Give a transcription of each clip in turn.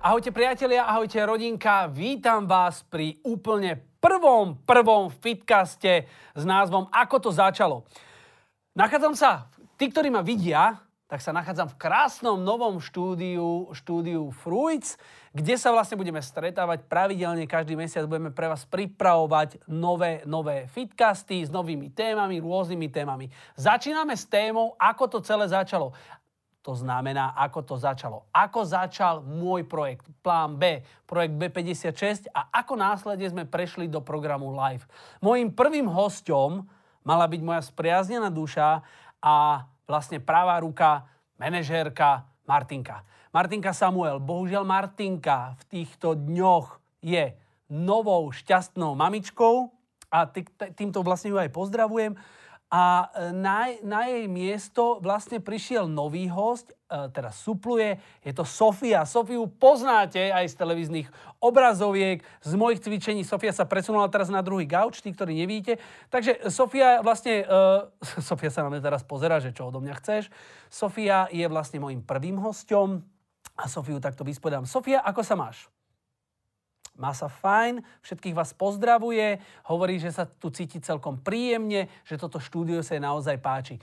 Ahojte priatelia, ahojte rodinka, vítam vás pri úplne prvom fitcaste s názvom Ako to začalo. Nachádzam sa, tí, ktorí ma vidia, tak sa nachádzam v krásnom novom štúdiu Fruits, kde sa vlastne budeme stretávať pravidelne, každý mesiac budeme pre vás pripravovať nové fitcasty s novými témami, rôznymi témami. Začíname s témou, ako to celé začalo. To znamená, ako to začalo. Ako začal môj projekt, plán B, projekt B56 a ako následne sme prešli do programu Live. Mojím prvým hosťom mala byť moja spriaznená duša a vlastne pravá ruka, manažérka Martinka. Martinka Samuel. Bohužiaľ Martinka v týchto dňoch je novou šťastnou mamičkou a týmto vlastne ju aj pozdravujem. A na jej miesto vlastne prišiel nový hosť, teraz supluje, je to Sofia. Sofiu poznáte aj z televíznych obrazoviek, z mojich cvičení. Sofia sa presunula teraz na druhý gauč, tí, ktorí nevidíte. Takže Sofia vlastne, Sofia sa na mňa teraz pozerá, že čo odo mňa chceš. Sofia je vlastne mojím prvým hosťom a Sofiu takto vyspodám. Sofia, ako sa máš? Má sa fajn, všetkých vás pozdravuje, hovorí, že sa tu cíti celkom príjemne, že toto štúdio sa jej naozaj páči.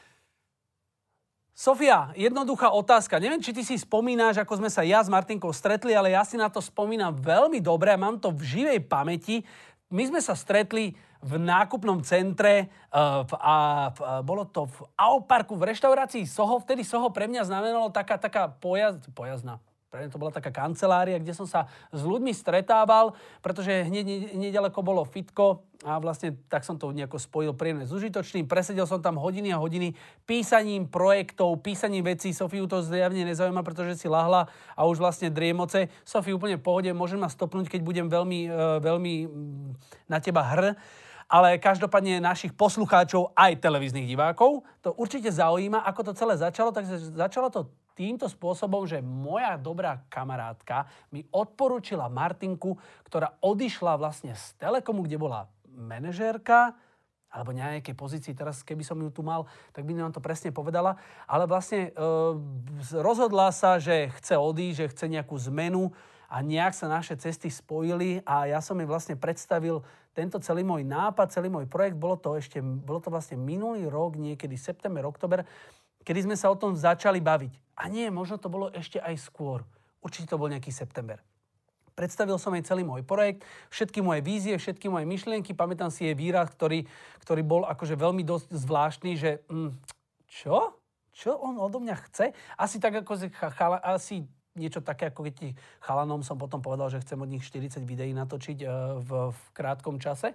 Sofia, jednoduchá otázka. Neviem, či ty si spomínaš, ako sme sa ja s Martinkou stretli, ale ja si na to spomínam veľmi dobre a mám to v živej pamäti. My sme sa stretli v nákupnom centre, bolo to v Auparku, v reštaurácii Soho. Vtedy Soho pre mňa znamenalo taká pojazdná. To bola taká kancelária, kde som sa s ľuďmi stretával, pretože hneď nedaleko bolo fitko a vlastne tak som to nejako spojil príjemné s užitočným. Presedel som tam hodiny a hodiny písaním projektov, písaním vecí. Sofiu to zjavne nezaujíma, pretože si lahla a už vlastne driemoce. Sofiu úplne v pohode, môžem ma stopnúť, keď budem veľmi na teba ale každopádne našich poslucháčov aj televíznych divákov to určite zaujíma, ako to celé začalo. Takže začalo to týmto spôsobom, že moja dobrá kamarátka mi odporúčila Martinku, ktorá odišla vlastne z Telekomu, kde bola manažérka, alebo nejakej pozícii, teraz keby som ju tu mal, tak by nám to presne povedala, ale vlastne rozhodla sa, že chce odísť, že chce nejakú zmenu a nejak sa naše cesty spojili a ja som jej vlastne predstavil tento celý môj nápad, celý môj projekt. Bolo to vlastne minulý rok, niekedy september, október, kedy sme sa o tom začali baviť. A nie, možno to bolo ešte aj skôr. Určite to bol nejaký september. Predstavil som jej celý môj projekt, všetky moje vízie, všetky moje myšlienky. Pamätám si jej výraz, ktorý bol akože veľmi dosť zvláštny, že čo? Čo on odo mňa chce? Asi tak ako asi niečo také, ako keď chalanom som potom povedal, že chcem od nich 40 videí natočiť v krátkom čase.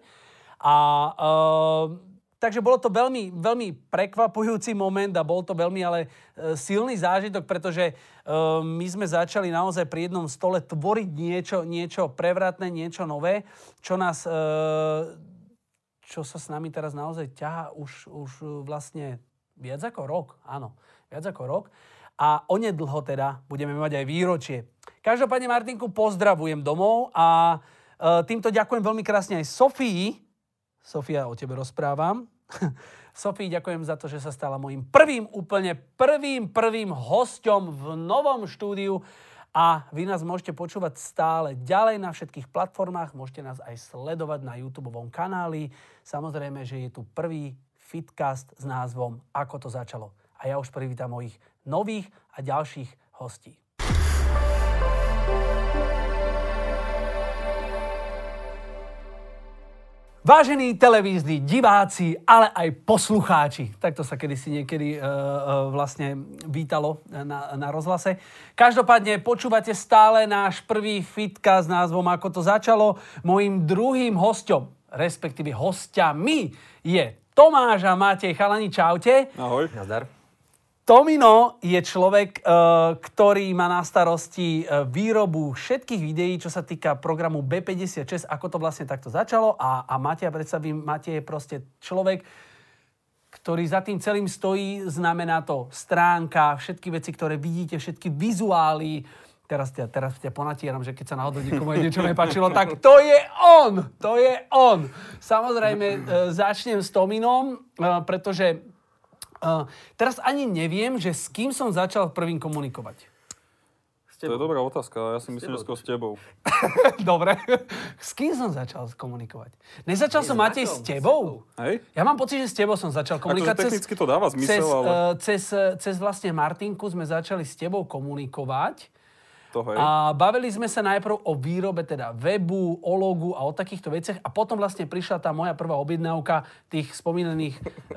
Takže bolo to veľmi, veľmi prekvapujúci moment a bol to veľmi ale silný zážitok, pretože my sme začali naozaj pri jednom stole tvoriť niečo prevratné, niečo nové, čo sa s nami teraz naozaj ťahá už vlastne viac ako rok. Áno, viac ako rok. A onedlho teda budeme mať aj výročie. Každopádne Martinku pozdravujem domov a týmto ďakujem veľmi krásne aj Sofii. Sofia, o tebe rozprávam. Sofii, ďakujem za to, že sa stala mojím prvým hosťom v novom štúdiu a vy nás môžete počúvať stále ďalej na všetkých platformách, môžete nás aj sledovať na YouTubeovom kanáli. Samozrejme, že je tu prvý fitcast s názvom Ako to začalo. A ja už privítam mojich nových a ďalších hostí. Vážení televízni diváci, ale aj poslucháči. Takto sa niekedy vlastne vítalo na rozhlase. Každopádne počúvate stále náš prvý fitcast s názvom Ako to začalo. Mojím druhým hosťom, respektíve hostiami, je Tomáš a Matej. Chalani, čaute. Ahoj. Nazdar. Tomino je človek, ktorý má na starosti výrobu všetkých videí, čo sa týka programu B56, ako to vlastne takto začalo. A Mateja predstavím, Matej je proste človek, ktorý za tým celým stojí, znamená to stránka, všetky veci, ktoré vidíte, všetky vizuály. Teraz ťa ponatieram, že keď sa náhodou niekomu aj niečo nepáčilo, tak to je on. Samozrejme, začnem s Tominom, pretože teraz ani neviem, že s kým som začal prvým komunikovať. To je dobrá otázka, ja si myslím, že skôr s tebou. Dobre. S kým som začal komunikovať? Nezačal som, Matej, s tebou? Hej? Ja mám pocit, že s tebou som začal komunikovať. Akože technicky to dáva zmysel, ale... Cez vlastne Martinku sme začali s tebou komunikovať. To, hej. A bavili sme sa najprv o výrobe teda webu, o logu a o takýchto veciach. A potom vlastne prišla tá moja prvá objednávka tých spomínaných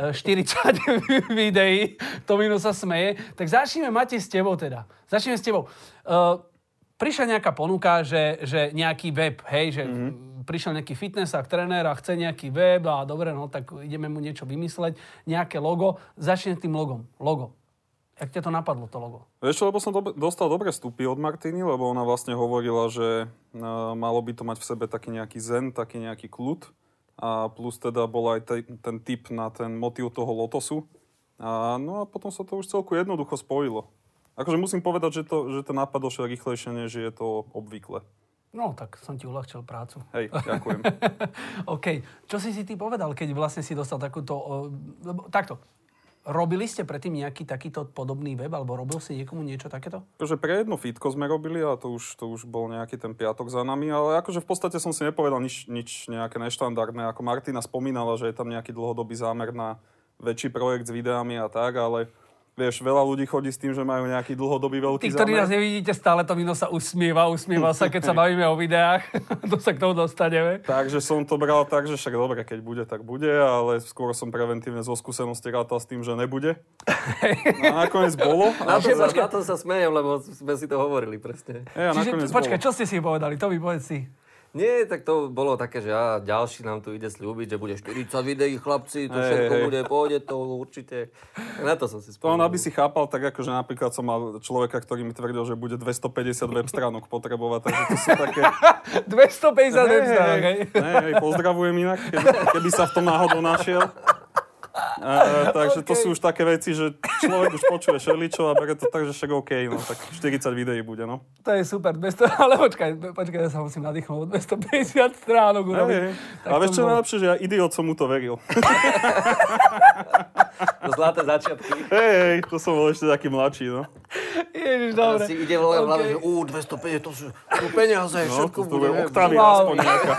40 videí. Tomino sa smeje. Tak začneme, Matej, s tebou teda. Začneme s tebou. Prišla nejaká ponuka, že nejaký web, hej, že prišiel nejaký fitnessák, tréner a chce nejaký web a dobre, no tak ideme mu niečo vymysleť, nejaké logo. Začnem tým logom. Logo. Jak ťa to napadlo, to logo? Vieš čo, lebo som dostal dobré vstupy od Martiny, lebo ona vlastne hovorila, že malo by to mať v sebe taký nejaký zen, taký nejaký kľud. A plus teda bol aj ten tip na ten motív toho lotosu. No a potom sa to už celku jednoducho spojilo. Akože musím povedať, že ten nápad došiel rýchlejšie, než je to obvykle. No, tak som ti uľahčil prácu. Hej, ďakujem. OK. Čo si ty povedal, keď vlastne si dostal takúto... Takto. Robili ste predtým nejaký takýto podobný web, alebo robil si niekomu niečo takéto? Akože pre jedno fitko sme robili a to už bol nejaký ten piatok za nami, ale akože v podstate som si nepovedal nič nejaké neštandardné. Ako Martina spomínala, že je tam nejaký dlhodobý zámer na väčší projekt s videami a tak, ale vieš, veľa ľudí chodí s tým, že majú nejaký dlhodobý veľký zámer. Tí, ktorí nás nevidíte, stále Tomino sa usmieva sa, keď sa bavíme o videách. To sa k tomu dostaneme. Takže som to bral tak, že však dobre, keď bude, tak bude, ale skôr som preventívne zo skúsenosti rátal s tým, že nebude. No a nakoniec bolo. Na to sa smejem, lebo sme si to hovorili presne. Čiže, počkaj, čo ste si povedali? To mi povedz si. Nie, tak to bolo také, že ďalší nám tu ide sľúbiť, že bude 40 videí, chlapci, to všetko bude, pôjde to určite. Na to som si spomínal. To on, aby si chápal, tak akože napríklad som mal človeka, ktorý mi tvrdil, že bude 250 web stránok potrebovať, takže to sú také... 250 web stránok, hej? Hej, pozdravujem inak, keby sa v tom náhodou našiel. Takže to sú už také veci, že človek už počuje šeličo a bere to tak, že však OK, no tak 40 videí bude, no. To je super, 200, ale počkaj, ja sa musím nadýchnúť, 250 stránok urobiť. A vieš čo najlepšie, že ja idiot som mu to veril. Zlaté začiatky. Hej, to som bol ešte taký mladší, no. Ježiš, dobre. Si ide v hlave, že 250, to sú peniaze, všetko to bude. Oktávia aspoň nejaká.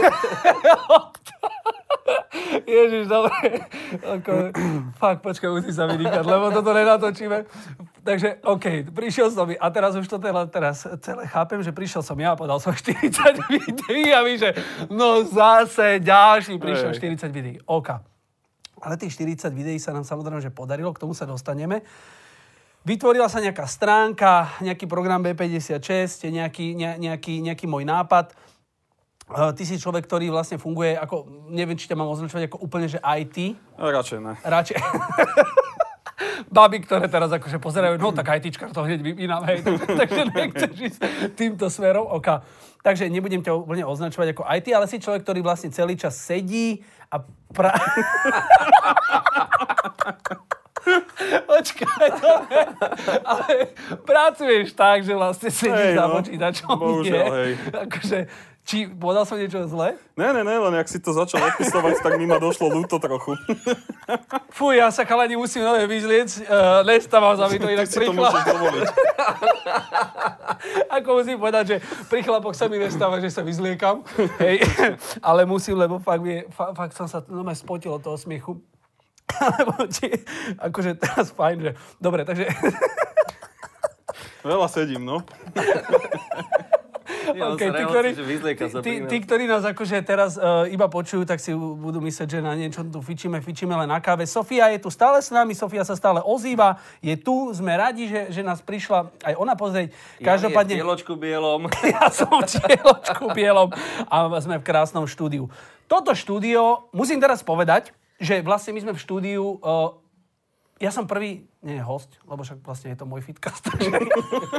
Ježiš, dobre. Fakt, počkaj, musím sa vydýchať, lebo toto nenatočíme. Takže, OK, prišiel som a teraz už to teraz celé chápem, že prišiel som ja a podal som 40 videí a víš, že no zase ďalší prišiel 40 videí. OK. Ale tých 40 videí sa nám samozrejme, že podarilo, k tomu sa dostaneme. Vytvorila sa nejaká stránka, nejaký program B56, nejaký môj nápad. Ty si človek, ktorý vlastne funguje ako, neviem, či ťa mám označovať ako úplne, že IT. Radšej ne. Radšej. Baby, ktoré teraz akože pozerajú, no tak ITčkar to hneď vypínam, hej. Takže nechceš ísť týmto smerom. OK. Takže nebudem ťa úplne označovať ako IT, ale si človek, ktorý vlastne celý čas sedí a Počkaj, dobre. Ale pracuješ tak, že vlastne sedíš za počítačom. Bohužiaľ, hej. Akože, či povedal som niečo zle? Ne, len jak si to začal opisovať, tak mi ma došlo ľúto trochu. Fuj, ja sa chalani musím nové vyzliec. Nestávam sa mi to inak pri chlapoch. Ako musím povedať, že pri chlapoch sa mi nestáva, že sa vyzliekam. Hej. Ale musím, lebo fakt som sa spotil od toho smiechu. Lebo akože teraz fajn, že... Dobre, takže... Veľa sedím, no. Okay, tí, ktorí nás akože teraz iba počujú, tak si budú myslieť, že na niečo tu fičíme len na káve. Sofia je tu stále s nami, Sofia sa stále ozýva, je tu, sme radi, že nás prišla aj ona pozrieť. Každopádne... Ja je v tieločku bielom. Ja som v tieločku bielom a sme v krásnom štúdiu. Toto štúdio, musím teraz povedať, že vlastne my sme v štúdiu... Ja som prvý, nie host, lebo však vlastne je to môj fitcast.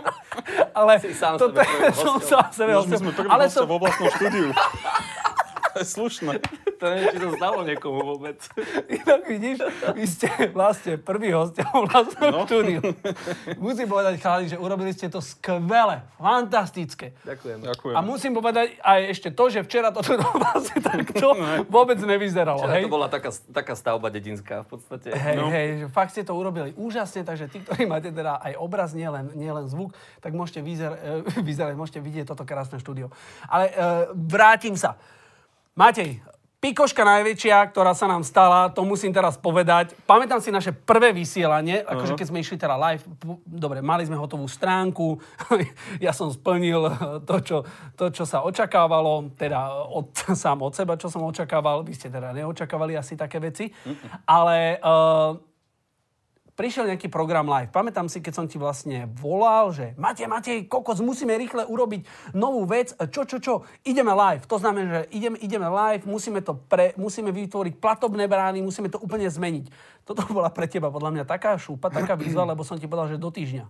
Ale si sám sebe som sám sebe hostom. My sme prvý hostia vo vlastnom štúdiu. Slušné. To neviem, či to stalo niekomu vôbec. Inak vidíš, vy ste vlastne prvý hostia v vlastnom štúdiu. Musím povedať, chalani, že urobili ste to skvele, fantastické. Ďakujem. Ďakujem. A musím povedať aj ešte to, že včera to vlastne takto vôbec nevyzeralo. Včera Hej? to bola taká stavba dedinská v podstate. Hej, že fakt ste to urobili úžasne, takže tí, ktorí máte teda aj obraz, nielen zvuk, tak môžete vyzerať, môžete vidieť toto krásne štúdio. Ale vrátim sa. Matej, pikoška najväčšia, ktorá sa nám stala, to musím teraz povedať. Pamätám si naše prvé vysielanie, akože keď sme išli teda live, dobre, mali sme hotovú stránku, ja som splnil to, čo sa očakávalo, teda sám od seba, čo som očakával, vy ste teda neočakávali asi také veci, ale prišiel nejaký program live. Pamätám si, keď som ti vlastne volal, že Matej, kokos, musíme rýchle urobiť novú vec. Čo? Ideme live. To znamená, že ideme live, musíme vytvoriť platobné brány, musíme to úplne zmeniť. Toto bola pre teba podľa mňa taká šúpa, taká výzva, lebo som ti povedal, že do týždňa.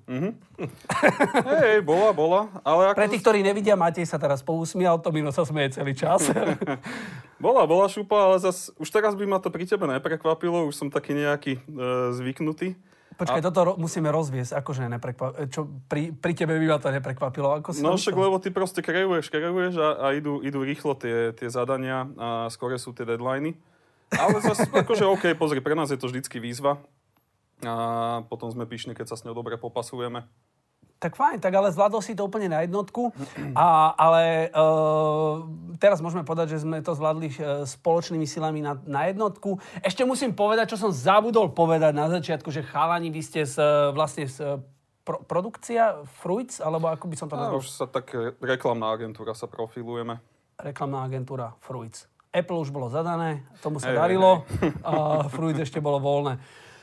Hej, bola. Ale ako... Pre tých, ktorí nevidia, Matej sa teraz pousmial, Tomino sa smeje celý čas. Bola šupa, ale už teraz by ma to pri tebe neprekvapilo, už som taký nejaký zvyknutý. Počkaj, toto musíme rozviesť, akože čo pri tebe by ma to neprekvapilo. Ako si však, lebo ty proste kreuješ a idú rýchlo tie zadania a skore sú tie deadliny. Ale zase akože OK, pozri, pre nás je to vždycky výzva a potom sme pyšní, keď sa s ňou dobre popasujeme. Tak fajn, tak ale zvládol si to úplne na jednotku, ale teraz môžeme povedať, že sme to zvládli spoločnými silami na jednotku. Ešte musím povedať, čo som zabudol povedať na začiatku, že chalani, vy ste vlastne produkcia Fruits, alebo ako by som to nazval? Už sa tak reklamná agentúra sa profilujeme. Reklamná agentúra Fruits. Apple už bolo zadané, tomu sa darilo, a Fruits ešte bolo voľné.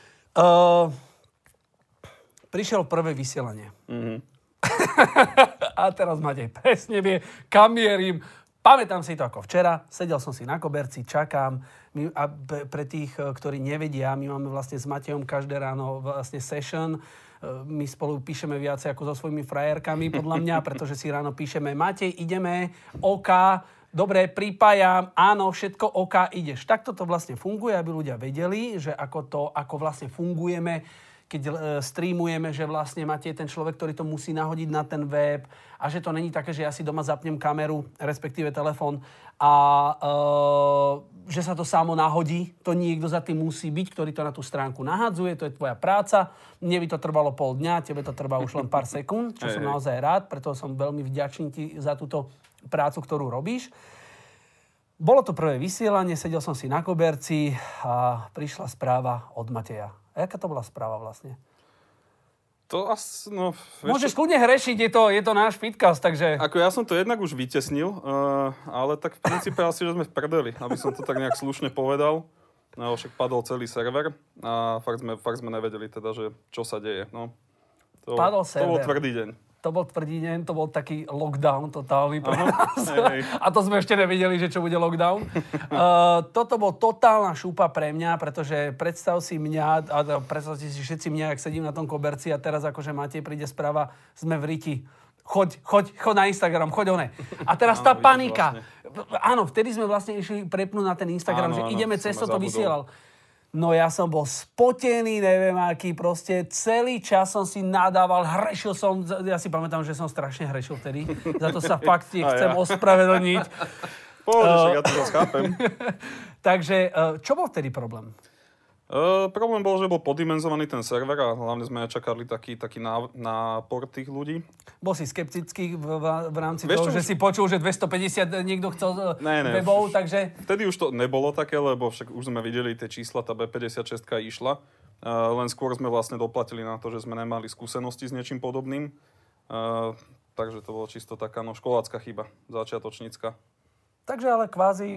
Prišiel prvé vysielanie. A teraz Matej presne vie, kam mierim. Pamätám si to ako včera. Sedel som si na koberci, čakám. A pre tých, ktorí nevedia, my máme vlastne s Matejom každé ráno vlastne session. My spolu píšeme viacej ako so svojimi frajerkami, podľa mňa, pretože si ráno píšeme Matej, ideme, OK, dobre, pripájam, áno, všetko OK, ideš. Takto to vlastne funguje, aby ľudia vedeli, že ako vlastne fungujeme, keď streamujeme, že vlastne máte ten človek, ktorý to musí nahodiť na ten web a že to není také, že ja si doma zapnem kameru, respektíve telefón a že sa to samo nahodí. To niekto za tým musí byť, ktorý to na tú stránku nahadzuje, to je tvoja práca. Mne by to trvalo pol dňa, tebe to trvá už len pár sekúnd, čo som naozaj rád, preto som veľmi vďačný ti za túto prácu, ktorú robíš. Bolo to prvé vysielanie, sedel som si na koberci a prišla správa od Mateja. A jaká to bola správa vlastne? To asi, Môžeš kľudne hrešiť, je to náš fitcast, takže... Ako ja som to jednak už vytesnil, ale tak v princípe asi, že sme v prdeli, aby som to tak nejak slušne povedal. No, však padol celý server a fakt sme nevedeli teda, že čo sa deje. No, padol server. To bol tvrdý deň. To bol tvrdý deň, to bol taký lockdown totálny pre nás. A to sme ešte nevedeli, že čo bude lockdown. Toto bol totálna šúpa pre mňa, pretože predstavte si všetci mňa, ak sedím na tom koberci a teraz akože Matej príde správa, sme v riti. Choď na Instagram, choď one. A teraz tá panika. Vlastne. Áno, vtedy sme vlastne išli prepnúť na ten Instagram, že ideme cez to vysielal. No ja som bol spotený, neviem aký, proste celý čas som si nadával, hrešil som, ja si pamätám, že som strašne hrešil vtedy, za to sa fakt chcem ospravedlniť. Pohodne, ja to chápem. Takže, čo bol vtedy problém? Problém bol, že bol poddimenzovaný ten server a hlavne sme čakali taký nápor tých ľudí. Bol si skeptický v rámci toho, že si počul, že 250 niekto chcel webov, takže... Vtedy už to nebolo také, lebo však už sme videli tie čísla, tá B56 išla. Len skôr sme vlastne doplatili na to, že sme nemali skúsenosti s niečím podobným. Takže to bolo čisto taká školácka chyba, začiatočnícka. Takže ale kvázi...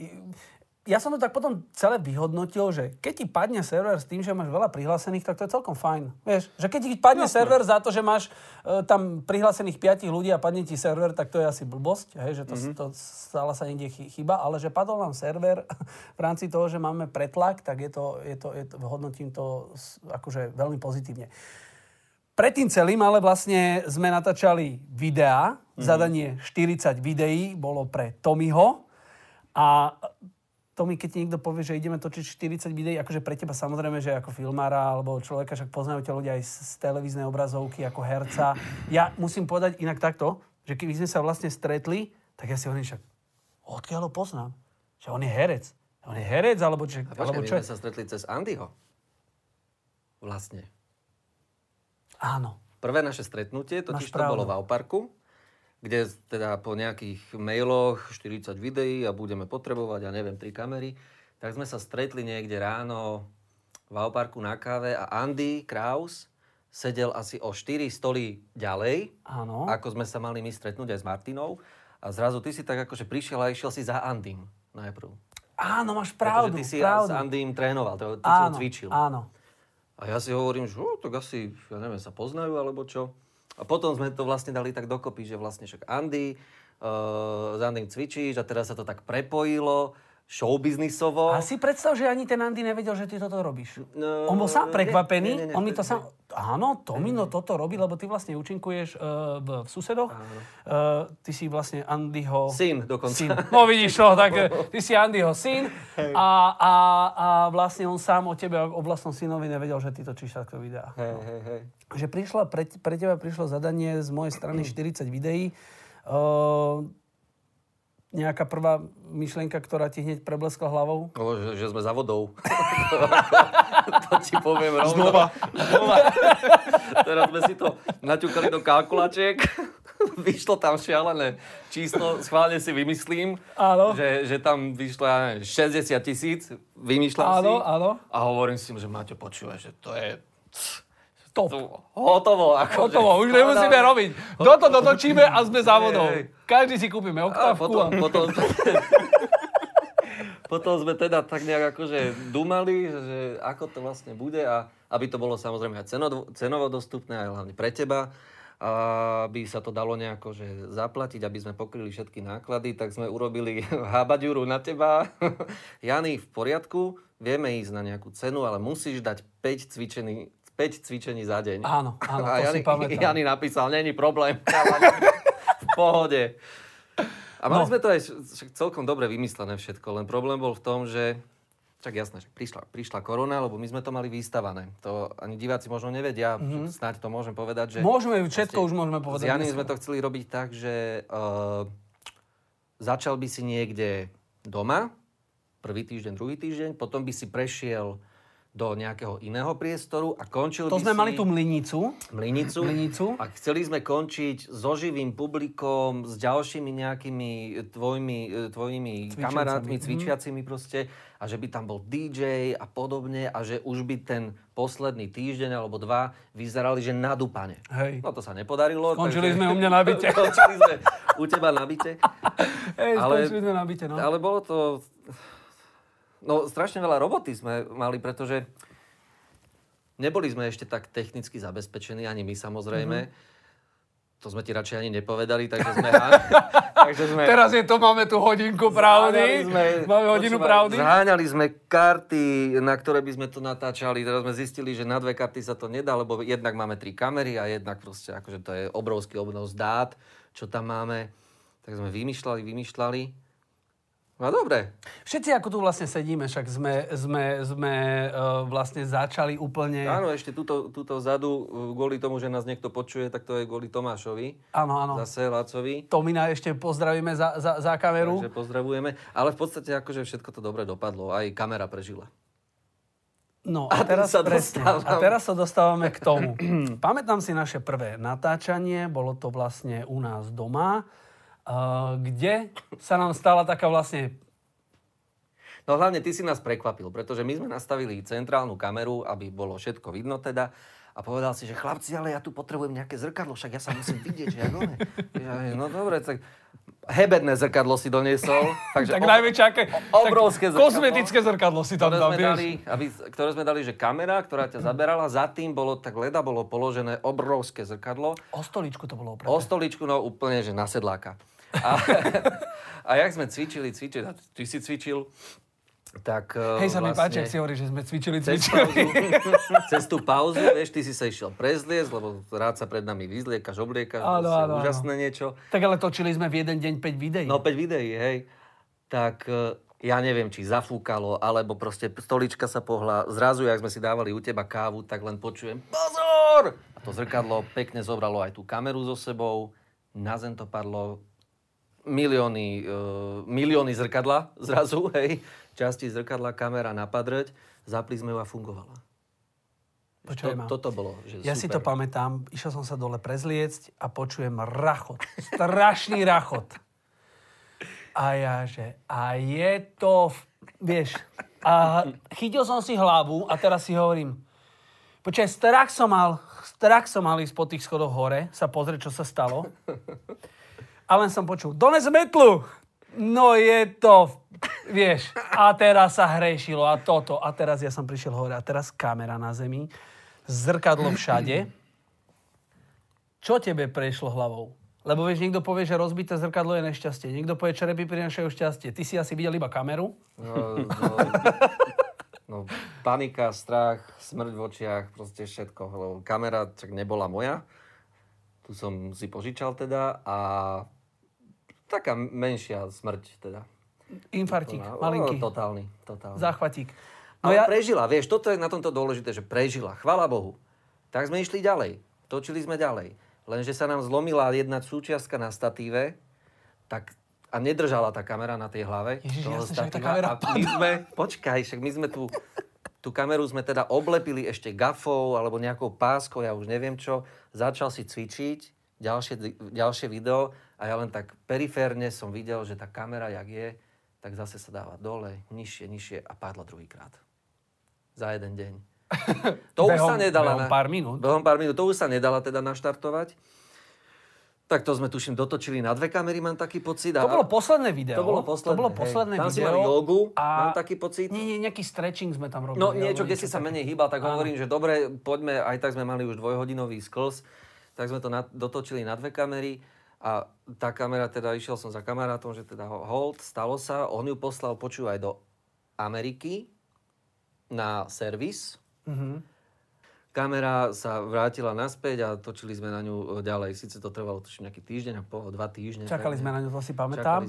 Ja som to tak potom celé vyhodnotil, že keď ti padne server s tým, že máš veľa prihlásených, tak to je celkom fajn. Vieš, že keď ti padne server za to, že máš tam prihlásených 5 ľudí a padne ti server, tak to je asi blbosť, hej, že to stále sa niekde chyba, ale že padol nám server v rámci toho, že máme pretlak, tak hodnotím to akože veľmi pozitívne. Predtým celým ale vlastne sme natáčali videá, zadanie 40 videí bolo pre Tomiho. A to mi, keď ti niekto povie, že ideme točiť 40 videí, akože pre teba samozrejme, že ako filmára alebo človeka, však poznajú ťa ľudia aj z televíznej obrazovky, ako herca. Ja musím povedať inak takto, že keby sme sa vlastne stretli, tak ja si hovorím však, odkiaľ ho poznám? Že on je herec. On je herec, alebo čo? Počkaj, my sme sa stretli cez Andyho. Vlastne. Áno. Prvé naše stretnutie, totiž to bolo v Auparku, kde teda po nejakých mailoch 40 videí a budeme potrebovať, ja neviem, 3 kamery, tak sme sa stretli niekde ráno v Auparku na káve a Andy Kraus sedel asi o 4 stoly ďalej, Áno. ako sme sa mali my stretnúť aj s Martinou. A zrazu ty si tak akože prišiel a išiel si za Andym najprv. Áno, máš pravdu. Pretože ty si pravdu. s Andym trénoval, ty si ho cvičil. Áno. A ja si hovorím, že tak asi, ja neviem, sa poznajú alebo čo. A potom sme to vlastne dali tak dokopy, že vlastne však Andy, s Andym cvičíš a teraz sa to tak prepojilo, showbiznisovo. A si predstav, že ani ten Andy nevedel, že ty toto robíš. No, On bol sám prekvapený. nie, On mi to sám... Áno, Tomino toto robí, lebo ty vlastne účinkuješ v Susedoch. Ty si vlastne Andyho... Syn dokonca. Syn. No vidíš to, tak ty si Andyho syn a vlastne on sám o tebe, o vlastnom synovi nevedel, že ty točíš takto videá. Hej. Že pre teba prišlo zadanie z mojej strany 40 videí. Nejaká prvá myšlienka, ktorá ti hneď prebleskla hlavou? Že sme za vodou. To ti poviem rovno. Znova. Teraz sme si to naťukali do kalkulačiek. Vyšlo tam šialené číslo, schválne si vymyslím, Áno. že tam vyšlo, ja neviem, 60 000, vymýšľam si. Áno. A hovorím si, že Maťo, počúvaj, že to je... Top. Hotovo. Hotovo, už nemusíme robiť. Toto dotočíme a sme za vodou. Hej. Každý si kúpime oktávku. Potom sme teda tak nejak akože dumali, že ako to vlastne bude a aby to bolo samozrejme aj cenovo dostupné, aj hlavne pre teba, aby sa to dalo nejako že zaplatiť, aby sme pokryli všetky náklady, tak sme urobili hábaďuru na teba. Jani, v poriadku, vieme ísť na nejakú cenu, ale musíš dať 5 cvičení za deň. Áno, to Jani, si pamätám. Jani napísal, není problém, v pohode. A mali sme to aj celkom dobre vymyslené všetko, len problém bol v tom, že však jasné, že prišla korona, lebo my sme to mali vystavané. To ani diváci možno nevedia, snáď to môžem povedať, že... Môžeme, všetko už môžeme povedať. S Janim sme to chceli robiť tak, že začal by si niekde doma, prvý týždeň, druhý týždeň, potom by si prešiel do nejakého iného priestoru a končil To by sme si... mali tú mlynicu. A chceli sme končiť so živým publikom, s ďalšími nejakými tvojimi kamarátmi, cvičiacimi proste, a že by tam bol DJ a podobne a že už by ten posledný týždeň alebo 2 vyzerali, že nadúpane. Hej. No to sa nepodarilo. Skončili sme u mňa na byte. Skončili sme u teba na byte. Skončili sme na byte, no. Ale bolo to... No, strašne veľa roboty sme mali, pretože neboli sme ešte tak technicky zabezpečení, ani my samozrejme. To sme ti radšej ani nepovedali, takže sme... Teraz máme tu hodinku pravdy. Máme hodinu pravdy. Zháňali sme karty, na ktoré by sme to natáčali. Teraz sme zistili, že na 2 karty sa to nedá, lebo jednak máme 3 kamery a jednak proste, akože to je obrovský obnos dát, čo tam máme. Tak sme vymýšľali. No dobre. Všetci, ako tu vlastne sedíme, však sme vlastne začali úplne... Áno, ešte túto vzadu, kvôli tomu, že nás niekto počuje, tak to je kvôli Tomášovi. Áno. Zase Lacovi. Tomina ešte pozdravíme za kameru. Takže pozdravujeme. Ale v podstate akože všetko to dobre dopadlo. Aj kamera prežila. No a teraz presne. A teraz sa dostávame k tomu. Pamätám si naše prvé natáčanie, bolo to vlastne u nás doma, kde sa nám stala taká vlastne... No hlavne ty si nás prekvapil, pretože my sme nastavili centrálnu kameru, aby bolo všetko vidno teda. A povedal si, že chlapci, ale ja tu potrebujem nejaké zrkadlo, však ja sa musím vidieť, že jak one. No dobre, tak hebedné zrkadlo si doniesol. Tak najväčšie, obrovské zrkadlo. Kozmetické zrkadlo si tam dal, ktoré sme dali, že kamera, ktorá ťa zaberala, za tým bolo položené obrovské zrkadlo. O stoličku to bolo opravené. O stoličku, no úplne, že na sedláka. A jak sme cvičili, a ty si cvičil, tak hej, sa mi páči, ak si hovoríš, že sme cvičili. Cez tú pauzu, vieš, ty si sa išiel prezliecť, lebo rád sa pred nami vyzliekaš, obliekaš, áno. úžasné niečo. Tak ale točili sme v jeden deň 5 videí. No 5 videí, hej. tak ja neviem, či zafúkalo, alebo proste stolička sa pohla. Zrazu, jak sme si dávali u teba kávu, tak len počujem pozor! A to zrkadlo pekne zobralo aj tú kameru so sebou. Na zem to padlo. Milióny zrkadla zrazu, hej. Časti zrkadla, kamera napadrť. Zapli sme ju a fungovala. Toto bolo, že ja super. si to pamätám, išiel som sa dole prezliecť a počujem rachot. Strašný rachot. A ja, že a je to, vieš, a chytil som si hlavu a teraz si hovorím, počkaj, strach som mal ísť po tých schodoch hore, sa pozrieť, čo sa stalo. A len som počul, dones metlu! No je to, vieš, a teraz sa hrešilo a toto. A teraz ja som prišiel hore a teraz kamera na zemi, zrkadlo všade. Čo tebe prešlo hlavou? Lebo vieš, niekto povie, že rozbité zrkadlo je nešťastie. Niekto povie, čerepy prinášajú šťastie. Ty si asi videl iba kameru? No, panika, strach, smrť v očiach, proste všetko. Lebo kamera čak nebola moja. Tu som si požičal teda a taká menšia smrť teda. Infartík, malinký. Totálny. Záchvatík. No ale prežila, vieš, toto je na tomto dôležité, že prežila. Chvála Bohu. Tak sme išli ďalej. Točili sme ďalej. Lenže sa nám zlomila jedna súčiastka na statíve, tak a nedržala tá kamera na tej hlave. Ježiš, toho jasne, statíva. že tá kamera A my sme, počkaj, však my sme tú kameru sme teda oblepili ešte gafou alebo nejakou páskou, ja už neviem čo. Začal si cvičiť, ďalšie video a ja len tak periférne som videl, že tá kamera, jak je, tak zase sa dáva dole, nižšie a padla druhýkrát. Za jeden deň. To už sa nedala. Behom pár minút. To už sa nedala teda naštartovať. Tak to sme, tuším, dotočili na 2 kamery, mám taký pocit. To bolo posledné video. To bolo posledné video. Tam si mali jogu, mám taký pocit. Nie, nejaký stretching sme tam robili. No niečo, kde si sa menej hýbal, tak hovorím, že dobre, poďme, aj tak sme mali už 2-hodinový sklz, tak sme to dotočili na 2 kamery. A tá kamera, teda išiel som za kamarátom, že teda hold, stalo sa. On ju poslal, počúvaj, do Ameriky na servis. Kamera sa vrátila naspäť a točili sme na ňu ďalej. Sice to trvalo tuším nejaký týždeň a pol, 2 týždne. Čakali sme na ňu, to si pamätám.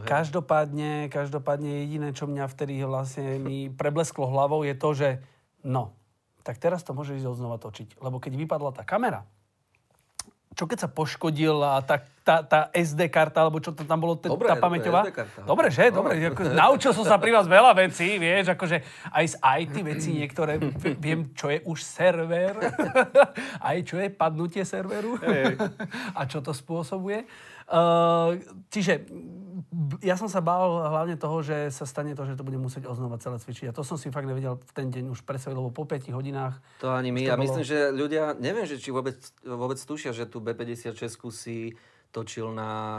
Každopádne jediné, čo mňa vtedy vlastne mi preblesklo hlavou, je to, že no, tak teraz to môže ísť znova točiť. Lebo keď vypadla tá kamera, čo keď sa poškodila tá SD karta, alebo čo to tam bolo, tá pamäťová? Dobre, že? Dobre. Naučil som sa pri vás veľa vecí, vieš, akože aj z IT veci niektoré, viem, čo je už server, aj čo je padnutie serveru a čo to spôsobuje. Čiže ja som sa bál hlavne toho, že sa stane to, že to budem musieť oznova celé cvičiť. A to som si fakt nevedel v ten deň už predstaviť, lebo po 5 hodinách... To ani my. Ja myslím, že ľudia, neviem, že či vôbec tušia, že tú B56 si točil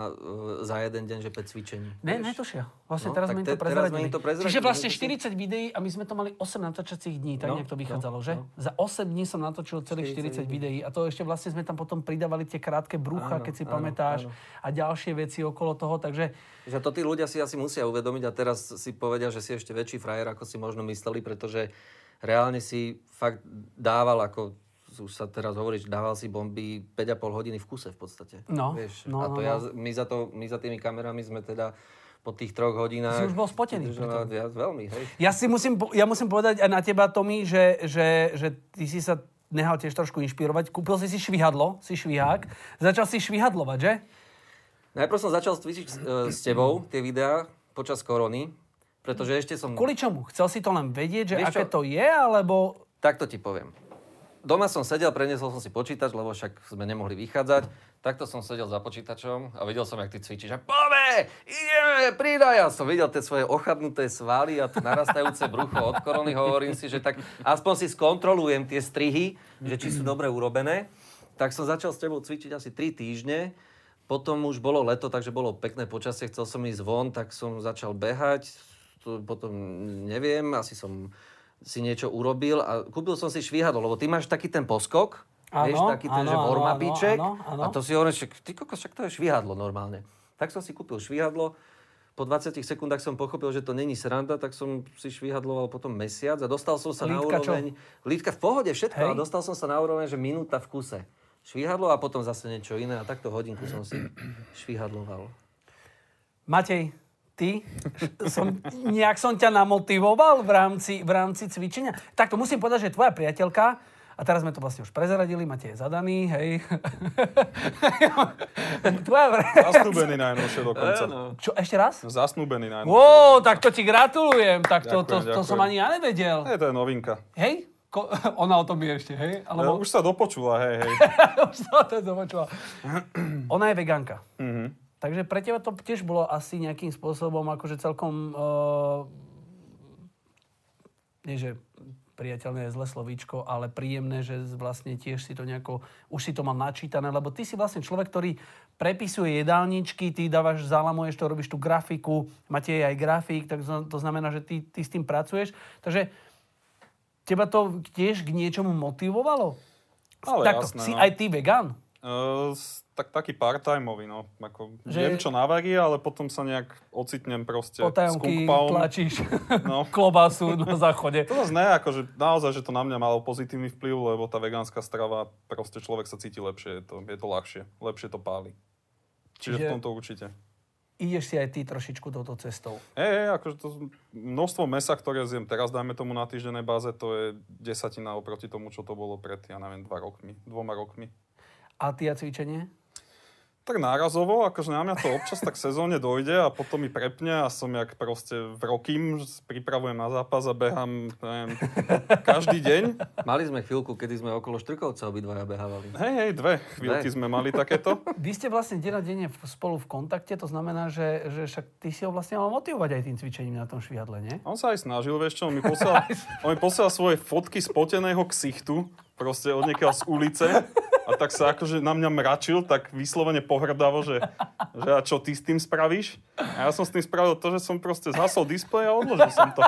za jeden deň, že 5 cvičení. Netušia. Vlastne teraz sme im to prezradili. Čiže vlastne 40 videí a my sme to mali 8 natáčacích dní, tak nejak to vychádzalo, že? Za 8 dní som natočil celých 40 videí a to ešte vlastne sme tam potom pridávali tie krátke brúcha, keď si pamätáš, a ďalšie veci okolo toho, takže... Že to tí ľudia si asi musia uvedomiť a teraz si povedia, že si ešte väčší frajer, ako si možno mysleli, pretože reálne si fakt dával ako... Už sa teraz hovorí, že dával si bomby 5,5 hodiny v kuse v podstate. Vieš? My za tými kamerami sme teda po tých 3 hodinách... Si už bol spotený. Veľmi, hej. Ja musím povedať aj na teba, Tomi, že ty si sa nehal tiež trošku inšpirovať. Kúpil si švihadlo, si švihák. Začal si švihadlovať, že? Najprv som začal cvičiť s tebou tie videá počas korony, pretože ešte som... Kvôli čomu? Chcel si to len vedieť, že aké to je, alebo... Takto ti poviem. Doma som sedel, preniesol som si počítač, lebo však sme nemohli vychádzať. Takto som sedel za počítačom a videl som, jak ty cvičíš. A poďme, ideme, pridaj. Ja som videl tie svoje ochabnuté svaly a to narastajúce brucho od korony. Hovorím si, že tak aspoň si skontrolujem tie strihy, že či sú dobre urobené. Tak som začal s tebou cvičiť asi 3 týždne. Potom už bolo leto, takže bolo pekné počasie. Chcel som ísť von, tak som začal behať. Potom neviem, asi som... si niečo urobil a kúpil som si švihadlo, lebo ty máš taký ten poskok, vieš, taký ten, že warm-upíček, a to si hovoríš, ty kokos, však to je švihadlo normálne. Tak som si kúpil švihadlo, po 20 sekundách som pochopil, že to není sranda, tak som si švihadloval potom mesiac a dostal som sa na úroveň... Lítka v pohode, všetko, ale dostal som sa na úroveň, že minúta v kuse. Švihadlo a potom zase niečo iné a takto hodinku som si švihadloval. Matej, nejak som ťa namotivoval v rámci cvičenia. Takto musím povedať, že tvoja priateľka, a teraz sme to vlastne už prezradili, máte je zadaný, hej. Zasnúbený najnovšie dokonca. Čo, ešte raz? Zasnúbený najnovšie. Wow, tak to ti gratulujem. Tak to Ďakujem. som ani ja nevedel. To je novinka. Hej? Ona o tom vie ešte, hej? Alebo... Už sa dopočula, hej. Už sa to dopočula. Ona je vegánka. Takže pre teba to tiež bolo asi nejakým spôsobom akože celkom... nie, že priateľné je zlé slovíčko, ale príjemné, že vlastne tiež si to nejako... Už si to mal načítané, lebo ty si vlastne človek, ktorý prepisuje jedálničky, ty dávaš, zalamuješ to, robíš tú grafiku, máte aj grafik, tak to znamená, že ty s tým pracuješ. Takže teba to tiež k niečomu motivovalo? Ale takto, jasné, si no. aj ty vegán? Taký part-timeový, no. Že... Viem, čo navarí, ale potom sa nejak ocitnem proste s potajomky kumpalom. tlačíš No. klobásu na záchode. To zase ne, akože naozaj, že to na mňa malo pozitívny vplyv, lebo tá vegánska strava, proste človek sa cíti lepšie, je to ľahšie, lepšie to páli. Čiže v tomto určite. Ideš si aj ty trošičku touto cestou. Akože to množstvo mesa, ktoré zjem teraz, dajme tomu na týždennej báze, to je 10 oproti tomu, čo to bolo pred, 2 rokmi. A ty a cvičenie? Tak nárazovo, akože na mňa to občas tak sezóne dojde a potom mi prepne a som jak proste v rokým, pripravujem na zápas a behám, neviem, každý deň. Mali sme chvíľku, kedy sme okolo Štrkovca obidvaja behávali. Hej, 2 chvíľky sme mali takéto. Vy ste vlastne deň na deň spolu v kontakte, to znamená, že však ty si ho vlastne mal motivovať aj tým cvičením na tom švihadle, nie? On sa aj snažil, vieš čo, on mi posielal svoje fotky spoteného ksichtu, proste od niekiaľ z ulice. A tak sa akože na mňa mračil, tak vyslovene pohrdavo, že a čo ty s tým spravíš? A ja som s tým spravil to, že som proste zhasol displej a odložil som to.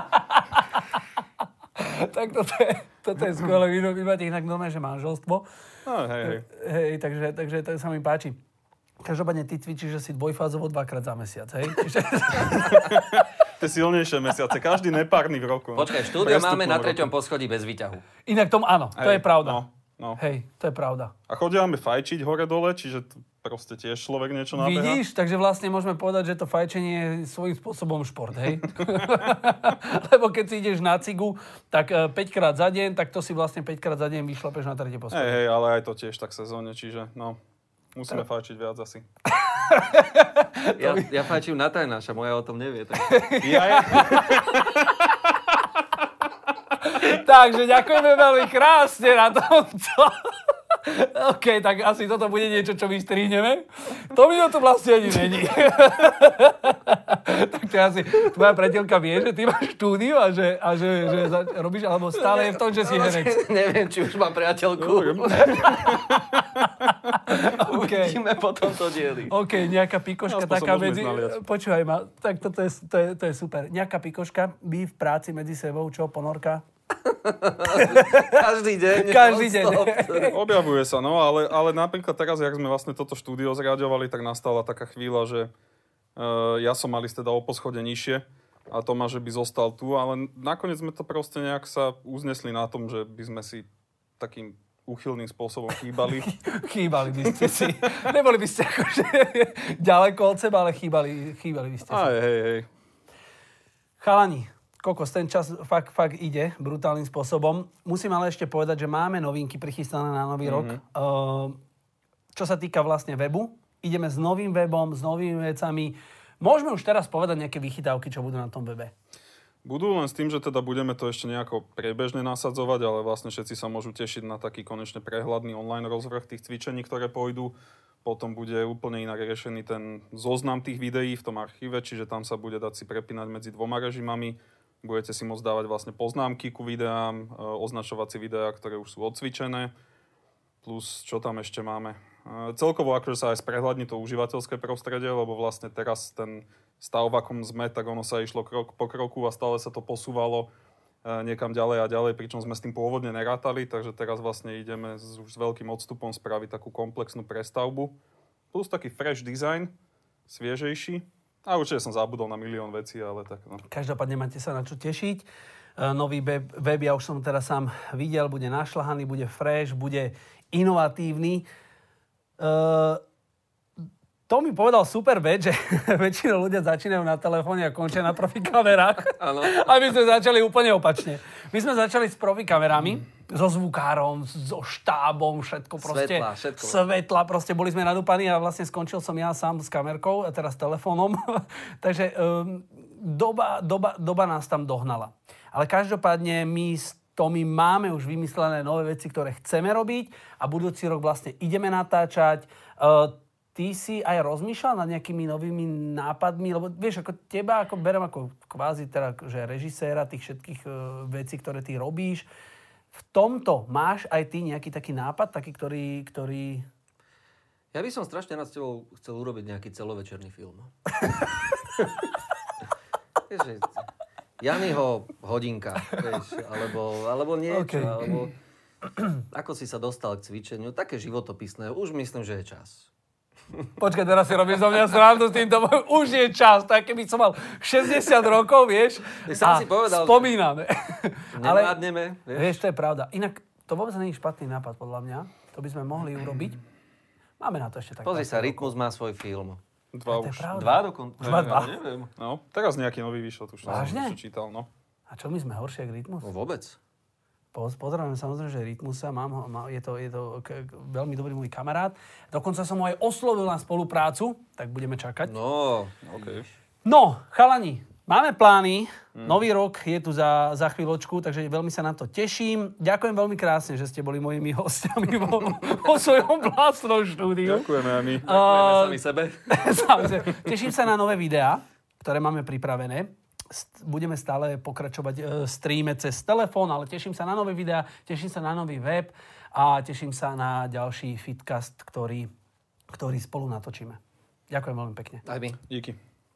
Tak toto je skvelé. Vy máte inak normálne, že manželstvo. No, hej. Hej, takže to sa mi páči. Každopádne ty cvičíš asi dvojfázovo 2-krát za mesiac, hej? Tie silnejšie mesiace, každý nepárny v roku. Počkaj, štúdio máme na 3. poschodí bez výťahu. Inak tomu áno, to je pravda. No. Hej, to je pravda. A chodíme fajčiť hore-dole, čiže proste tiež človek niečo nabeha. Vidíš, takže vlastne môžeme povedať, že to fajčenie je svojím spôsobom šport, hej? Lebo keď si ideš na cigu, tak 5 krát za deň, tak to si vlastne 5 krát za deň vyšlapeš na 3. poschodie. Hej, ale aj to tiež tak sezóne, čiže no, musíme fajčiť viac asi. Ja fajčím na Tajnáša, moja o tom nevie. Tak... Takže ďakujeme veľmi krásne na tomto. OK, tak asi toto bude niečo, čo vystrihneme. To mi to vlastne ani není. Tak to asi tvoja priateľka vie, že ty máš štúdiu a že robíš, alebo stále je v tom, že si herec. Neviem, či už mám priateľku. Okay. Uvidíme potom to dieli. OK, nejaká pikoška taká medzi... Počúvaj ma, tak toto je super. Nejaká pikoška, vy v práci medzi sebou, čo, ponorka? Každý deň. Každý deň. Objavuje sa, no, ale napríklad teraz, jak sme vlastne toto štúdio zriaďovali, tak nastala taká chvíľa, že ja som mal ísť teda o poschode nižšie a Tomáš, že by zostal tu, ale nakoniec sme to proste nejak sa uznesli na tom, že by sme si takým úchylným spôsobom chýbali. Chýbali by ste si. Neboli by ste akože ďaleko od seba, ale chýbali by ste si. Hej. Chalani, kokos, ten čas fakt ide brutálnym spôsobom. Musím ale ešte povedať, že máme novinky prichystané na nový rok. Čo sa týka vlastne webu, ideme s novým webom, s novými vecami. Môžeme už teraz povedať nejaké vychytávky, čo budú na tom webe? Budú, len s tým, že teda budeme to ešte nejako priebežne nasadzovať, ale vlastne všetci sa môžu tešiť na taký konečne prehľadný online rozvrh tých cvičení, ktoré pôjdu. Potom bude úplne inak riešený ten zoznam tých videí v tom archíve, čiže tam sa bude dať si prepínať medzi 2 režimami. Budete si môcť dávať vlastne poznámky ku videám, označovať si videá, ktoré už sú odcvičené. Plus, čo tam ešte máme? Celkovo akože sa aj sprehľadní to užívateľské prostredie, lebo vlastne teraz ten stav, v akom sme, tak ono sa išlo krok po kroku a stále sa to posúvalo niekam ďalej a ďalej, pričom sme s tým pôvodne nerátali, takže teraz vlastne ideme už s veľkým odstupom spraviť takú komplexnú prestavbu. Plus taký fresh design, sviežejší. A určite som zabudol na milión vecí, ale tak no. Každopádne máte sa na čo tešiť. Nový web, ja už som teraz sám videl, bude našľahaný, bude fresh, bude inovatívny. To mi povedal super vec, že väčšinou ľudia začínajú na telefóne a končia na profi kamerách. Áno. A my sme začali úplne opačne. My sme začali s profi kamerami, so zvukárom, so štábom, všetko proste. Svetla, proste boli sme nadúpaní a vlastne skončil som ja sám s kamerkou a teraz s telefónom. Takže doba nás tam dohnala. Ale každopádne my s Tomi máme už vymyslené nové veci, ktoré chceme robiť a budúci rok vlastne ideme natáčať. Ty si aj rozmýšľal nad nejakými novými nápadmi, lebo vieš, ako teba ako berem ako kvázi teda, že režiséra tých všetkých vecí, ktoré ty robíš. V tomto máš aj ty nejaký taký nápad, taký, ktorý... Ja by som strašne rád s tebou chcel urobiť nejaký celovečerný film. Vieš, Janiho hodinka, vieš, alebo niečo, Okay. alebo ako si sa dostal k cvičeniu, také životopisné, už myslím, že je čas. Počkaj, teraz si robíš zo mňa srandu s týmto. Už je čas, tak keby som mal 60 rokov, vieš. Sám si povedal, spomíname. Nevládneme, vieš, to je pravda. Inak to vôbec nie je špatný nápad, podľa mňa. To by sme mohli urobiť. Máme na to ešte tak. Pozri sa, Rytmus má svoj film. 2 už. 2 dokonca? Dva. Neviem. No, teraz nejaký nový vyšiel, tu už Vážne? som čítal, no. A čo my sme horšie ako Rytmus? No vôbec. Pozdravujem samozrejme, že Rytmusa, je to veľmi dobrý môj kamarát. Dokonca som ho aj oslovil na spoluprácu, tak budeme čakať. No, Okay. No, chalani, máme plány. Nový rok je tu za chvíľočku, takže veľmi sa na to teším. Ďakujem veľmi krásne, že ste boli mojimi hostiami vo svojom vlastnom štúdiu. Ďakujeme aj my. ďakujeme sami sebe. Teším sa na nové videá, ktoré máme pripravené. Budeme stále pokračovať streame cez telefón, ale teším sa na nové videá, teším sa na nový web a teším sa na ďalší Fitcast, ktorý spolu natočíme. Ďakujem veľmi pekne. Aj my. Díky.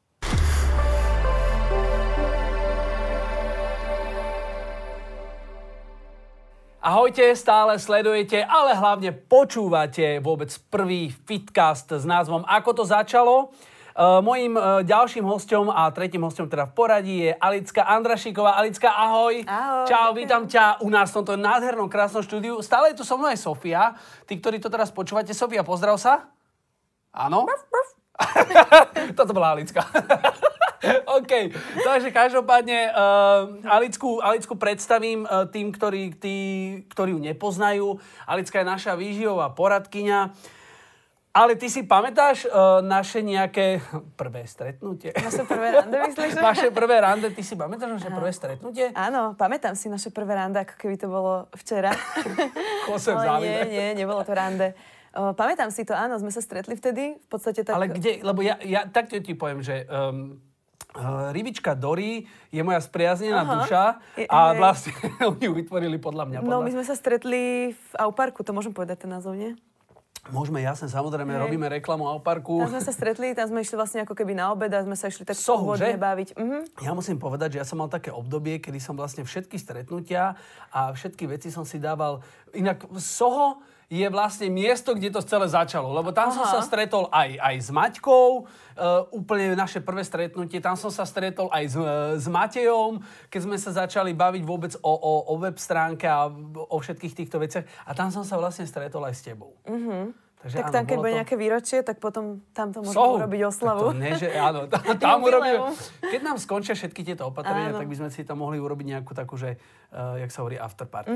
Ahojte, stále sledujete, ale hlavne počúvate vôbec prvý Fitcast s názvom Ako to začalo. Mojím ďalším hosťom a tretím hosťom teda v poradí je Alicka Andrašíková. Alicka, ahoj. Ahoj. Čau, vítam ťa u nás v tomto nádhernom, krásnom štúdiu. Stále je tu so mnou aj Sofia. Tí, ktorí to teraz počúvate, Sofia, pozdrav sa. Áno? Toto bola Alicka. OK, takže každopádne Alicku predstavím tým, ktorí ju nepoznajú. Alicka je naša výživová poradkyňa. Ale ty si pamätáš naše nejaké prvé stretnutie? Naše prvé rande, myslíš? Naše prvé rande, ty si pamätáš naše prvé stretnutie? Áno, pamätám si naše prvé rande, ako keby to bolo včera. Ale nie, nebolo to rande. Pamätám si to, áno, sme sa stretli vtedy, v podstate tak... Ale kde? Lebo ja tak ti poviem, že rybička Dory je moja spriaznená duša a vlastne oni ju vytvorili podľa mňa. No, my sme sa stretli v Auparku, to môžem povedať ten názov, nie? Môžeme, jasne, samozrejme, robíme reklamu Auparku. Tam sme sa stretli, tam sme išli vlastne ako keby na obed a sme sa išli tak Sohu, úvodne že? baviť. Ja musím povedať, že ja som mal také obdobie, kedy som vlastne všetky stretnutia a všetky veci som si dával. Inak Soho je vlastne miesto, kde to celé začalo. Lebo tam som sa stretol aj s Maťkou, úplne naše prvé stretnutie. Tam som sa stretol aj s Matejom, keď sme sa začali baviť vôbec o web stránke a o všetkých týchto veciach. A tam som sa vlastne stretol aj s tebou. Takže Tak áno, tam, keď bolo bude to... nejaké výročie, tak potom tam to môžeme urobiť oslavu. Áno, tam urobíme. Keď nám skončia všetky tieto opatrenia, tak by sme si tam mohli urobiť nejakú takú, že, jak sa hovorí, after party.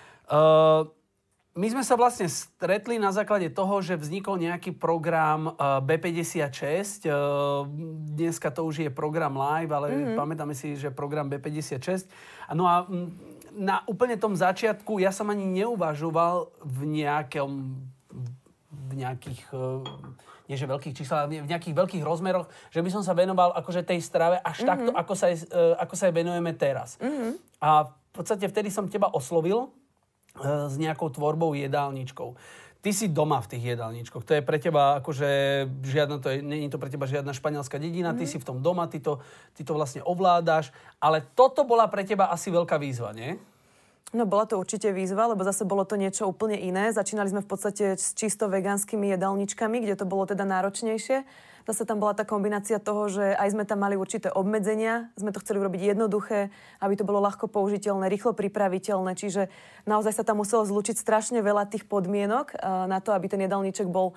My sme sa vlastne stretli na základe toho, že vznikol nejaký program B56. Dneska to už je program live, ale pamätáme si, že program B56. No a na úplne tom začiatku ja som ani neuvažoval v nejakých, nie že veľkých číslach, ale v nejakých veľkých rozmeroch, že by som sa venoval akože tej strave až takto, ako sa jej venujeme teraz. A v podstate vtedy som teba oslovil s nejakou tvorbou jedálničkou. Ty si doma v tých jedálničkoch. To je pre teba akože nie je to pre teba žiadna španielská dedina, ty si v tom doma, ty to vlastne ovládaš, ale toto bola pre teba asi veľká výzva, nie? No bola to určite výzva, lebo zase bolo to niečo úplne iné. Začínali sme v podstate s čisto vegánskymi jedálničkami, kde to bolo teda náročnejšie. Zase tam bola tá kombinácia toho, že aj sme tam mali určité obmedzenia, sme to chceli urobiť jednoduché, aby to bolo ľahko použiteľné, rýchlo pripraviteľné, čiže naozaj sa tam muselo zlúčiť strašne veľa tých podmienok na to, aby ten jedálniček bol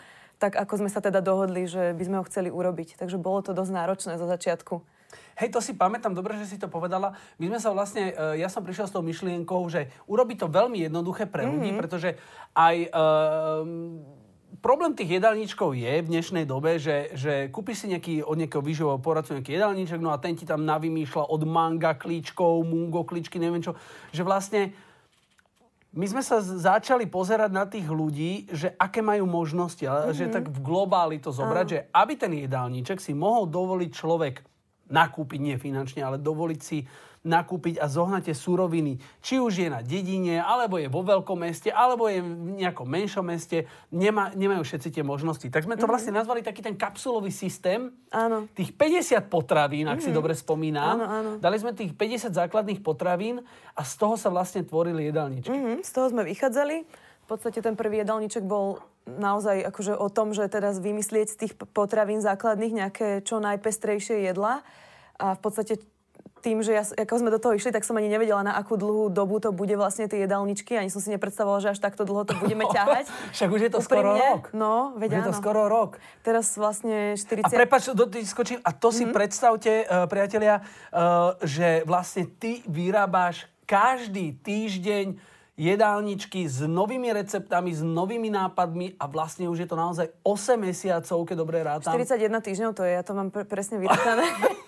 tak ako sme sa teda dohodli, že by sme ho chceli urobiť. Takže bolo to dosť náročné za začiatku. Hej, to si pamätám, dobre, že si to povedala. My sme sa vlastne, ja som prišiel s tou myšlienkou, že urobiť to veľmi jednoduché pre ľudí, pretože aj problém tých jedálničkov je v dnešnej dobe, že kúpiš si od nejakého výživového poradcu nejaký jedálniček, no a ten ti tam navymýšľa od manga klíčkov, mungo klíčky, neviem čo, že vlastne my sme sa začali pozerať na tých ľudí, že aké majú možnosti, ale že tak v globáli to zobrať, že aby ten jedálniček si mohol dovoliť človek nakúpiť, nie finančne, ale dovoliť si nakúpiť a zohnať tie suroviny. Či už je na dedine, alebo je vo veľkom meste, alebo je v nejakom menšom meste. Nemajú všetci tie možnosti. Tak sme to vlastne nazvali taký ten kapsulový systém. Áno. Tých 50 potravín, ak si dobre spomínam. Áno. Dali sme tých 50 základných potravín a z toho sa vlastne tvorili jedálničky. Z toho sme vychádzali. V podstate ten prvý jedálniček bol naozaj akože o tom, že teraz vymyslieť z tých potravín základných nejaké čo najpestrejšie jedlá. A v podstate tým, že ako sme do toho išli, tak som ani nevedela, na akú dlhú dobu to bude vlastne tie jedálničky. Ani som si nepredstavovala, že až takto dlho to budeme ťahať. Však už je to skoro rok. No, veď áno. Je to skoro rok. Teraz vlastne 40... A prepáč, skočím. A to si predstavte, priatelia, že vlastne ty vyrábáš každý týždeň jedálničky s novými receptami, s novými nápadmi a vlastne už je to naozaj 8 mesiacov, keď dobre rátam. 41 týždňov to je, ja to mám presne vyrátané.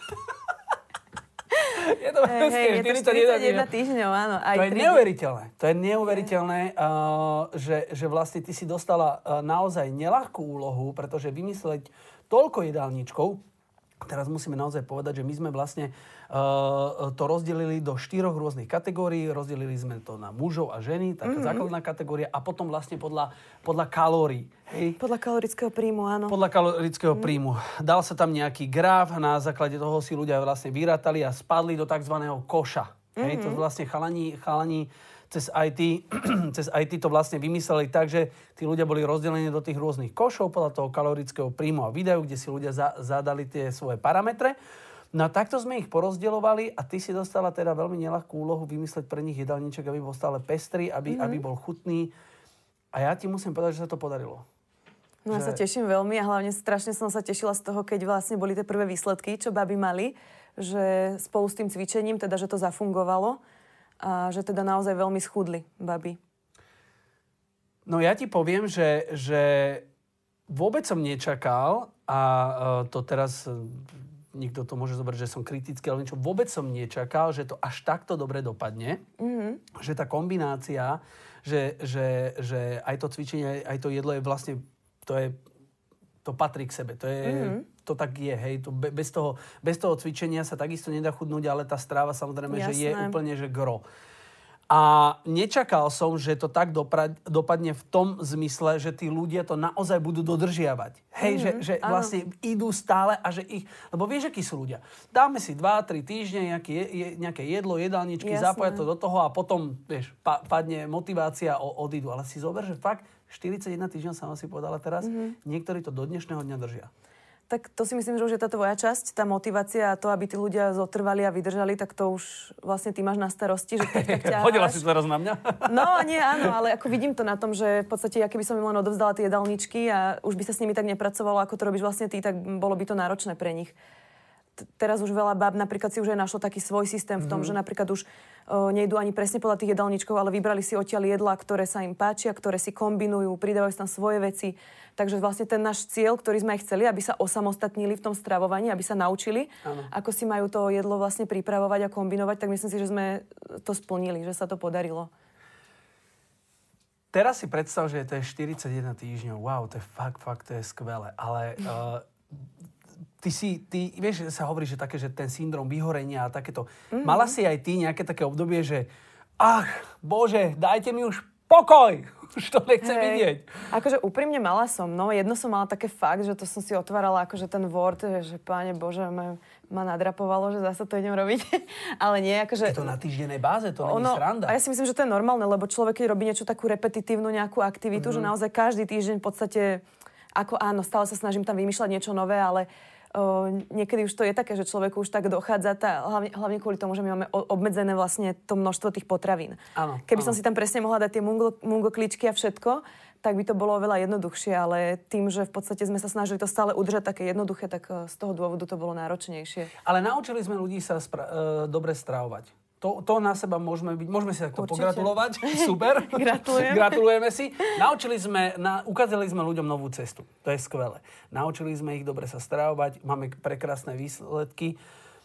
Je to presne 41 týždňov, áno. Aj to je neuveriteľné. To je neuveriteľné, že vlastne ty si dostala naozaj neľahkú úlohu, pretože vymysleť toľko jedálničkov. Teraz musíme naozaj povedať, že my sme vlastne to rozdelili do 4 rôznych kategórií. Rozdelili sme to na mužov a ženy, taká základná kategória, a potom vlastne podľa kalórií. Hej? Podľa kalorického príjmu, áno. Podľa kalorického príjmu. Dal sa tam nejaký graf, na základe toho si ľudia vlastne vyrátali a spadli do tzv. Koša. Hej? To vlastne chalani cez IT to vlastne vymysleli tak, že tí ľudia boli rozdelení do tých rôznych košov podľa toho kalorického príjmu a videu, kde si ľudia zadali tie svoje parametre. No a takto sme ich porozdeľovali a ty si dostala teda veľmi neľahkú úlohu vymysleť pre nich jedálniček, aby bol stále pestrý, aby bol chutný. A ja ti musím povedať, že sa to podarilo. No ja sa teším veľmi a hlavne strašne som sa tešila z toho, keď vlastne boli tie prvé výsledky, čo baby mali, že spolu s tým cvičením, teda, že to zafungovalo a že teda naozaj veľmi schudli baby. No ja ti poviem, že vôbec som nečakal a to teraz nikto to môže zobrať, že som kritický, ale niečo, vôbec som nečakal, že to až takto dobre dopadne. Že tá kombinácia, že aj to cvičenie, aj to jedlo je vlastne, to patrí k sebe. To tak je, hej. Bez toho cvičenia sa takisto nedá chudnúť, ale tá stráva samozrejme, že je úplne, že gro. A nečakal som, že to tak dopadne v tom zmysle, že tí ľudia to naozaj budú dodržiavať. Hej, že vlastne idú stále a že ich... Lebo vieš, akí sú ľudia. Dáme si 2-3 týždne nejaké jedlo, jedálničky, zapoja to do toho a potom, vieš, padne motivácia, odídu. Ale si zober, že fakt 41 týždňov som si povedala teraz, niektorí to do dnešného dňa držia. Tak to si myslím, že už je tá tvoja časť, tá motivácia a to, aby tí ľudia zotrvali a vydržali, tak to už vlastne ty máš na starosti, že keď tak ťaháš. Hodila si teraz na mňa? No, nie, áno, ale ako vidím to na tom, že v podstate, keby som im len odovzdala tie jedálničky a už by sa s nimi tak nepracovalo, ako to robíš vlastne ty, tak bolo by to náročné pre nich. Teraz už veľa báb napríklad si už aj našlo taký svoj systém v tom, že napríklad už nejdú ani presne podľa tých jedálničkov, ale vybrali si odtiaľ jedlá, ktoré sa im páčia, ktoré si kombinujú, pridávajú tam svoje veci. Takže vlastne ten náš cieľ, ktorý sme aj chceli, aby sa osamostatnili v tom stravovaní, aby sa naučili, ako si majú to jedlo vlastne pripravovať a kombinovať, tak myslím si, že sme to splnili, že sa to podarilo. Teraz si predstav, že to je 41 týždňov. Wow, to je fakt, to je skvelé. Ale ty vieš, že sa hovorí, že také, že ten syndrom vyhorenia a takéto. Mala si aj ty nejaké také obdobie, že Bože, dajte mi už pokoj! Už to nechcem vidieť. Akože úprimne mala som, no. Jedno som mala také fakt, že to som si otvárala akože ten Word, že Páne Bože, ma nadrapovalo, že zase to idem robiť. Ale nie, akože... Je to na týždennej báze, to není sranda. A ja si myslím, že to je normálne, lebo človek, keď robí niečo takú repetitívnu nejakú aktivitu, že naozaj každý týždeň v podstate, stále sa snažím tam vymýšľať niečo nové, ale niekedy už to je také, že človeku už tak dochádza, hlavne kvôli tomu, že my máme obmedzené vlastne to množstvo tých potravín. Áno, Keby som si tam presne mohla dať tie mungokličky a všetko, tak by to bolo oveľa jednoduchšie, ale tým, že v podstate sme sa snažili to stále udržať také jednoduché, tak z toho dôvodu to bolo náročnejšie. Ale naučili sme ľudí sa dobre stravovať. To na seba môžeme si takto pogratulovať. Super. Gratulujeme si. Ukázali sme ľuďom novú cestu. To je skvelé. Naučili sme ich dobre sa stravovať. Máme prekrásne výsledky.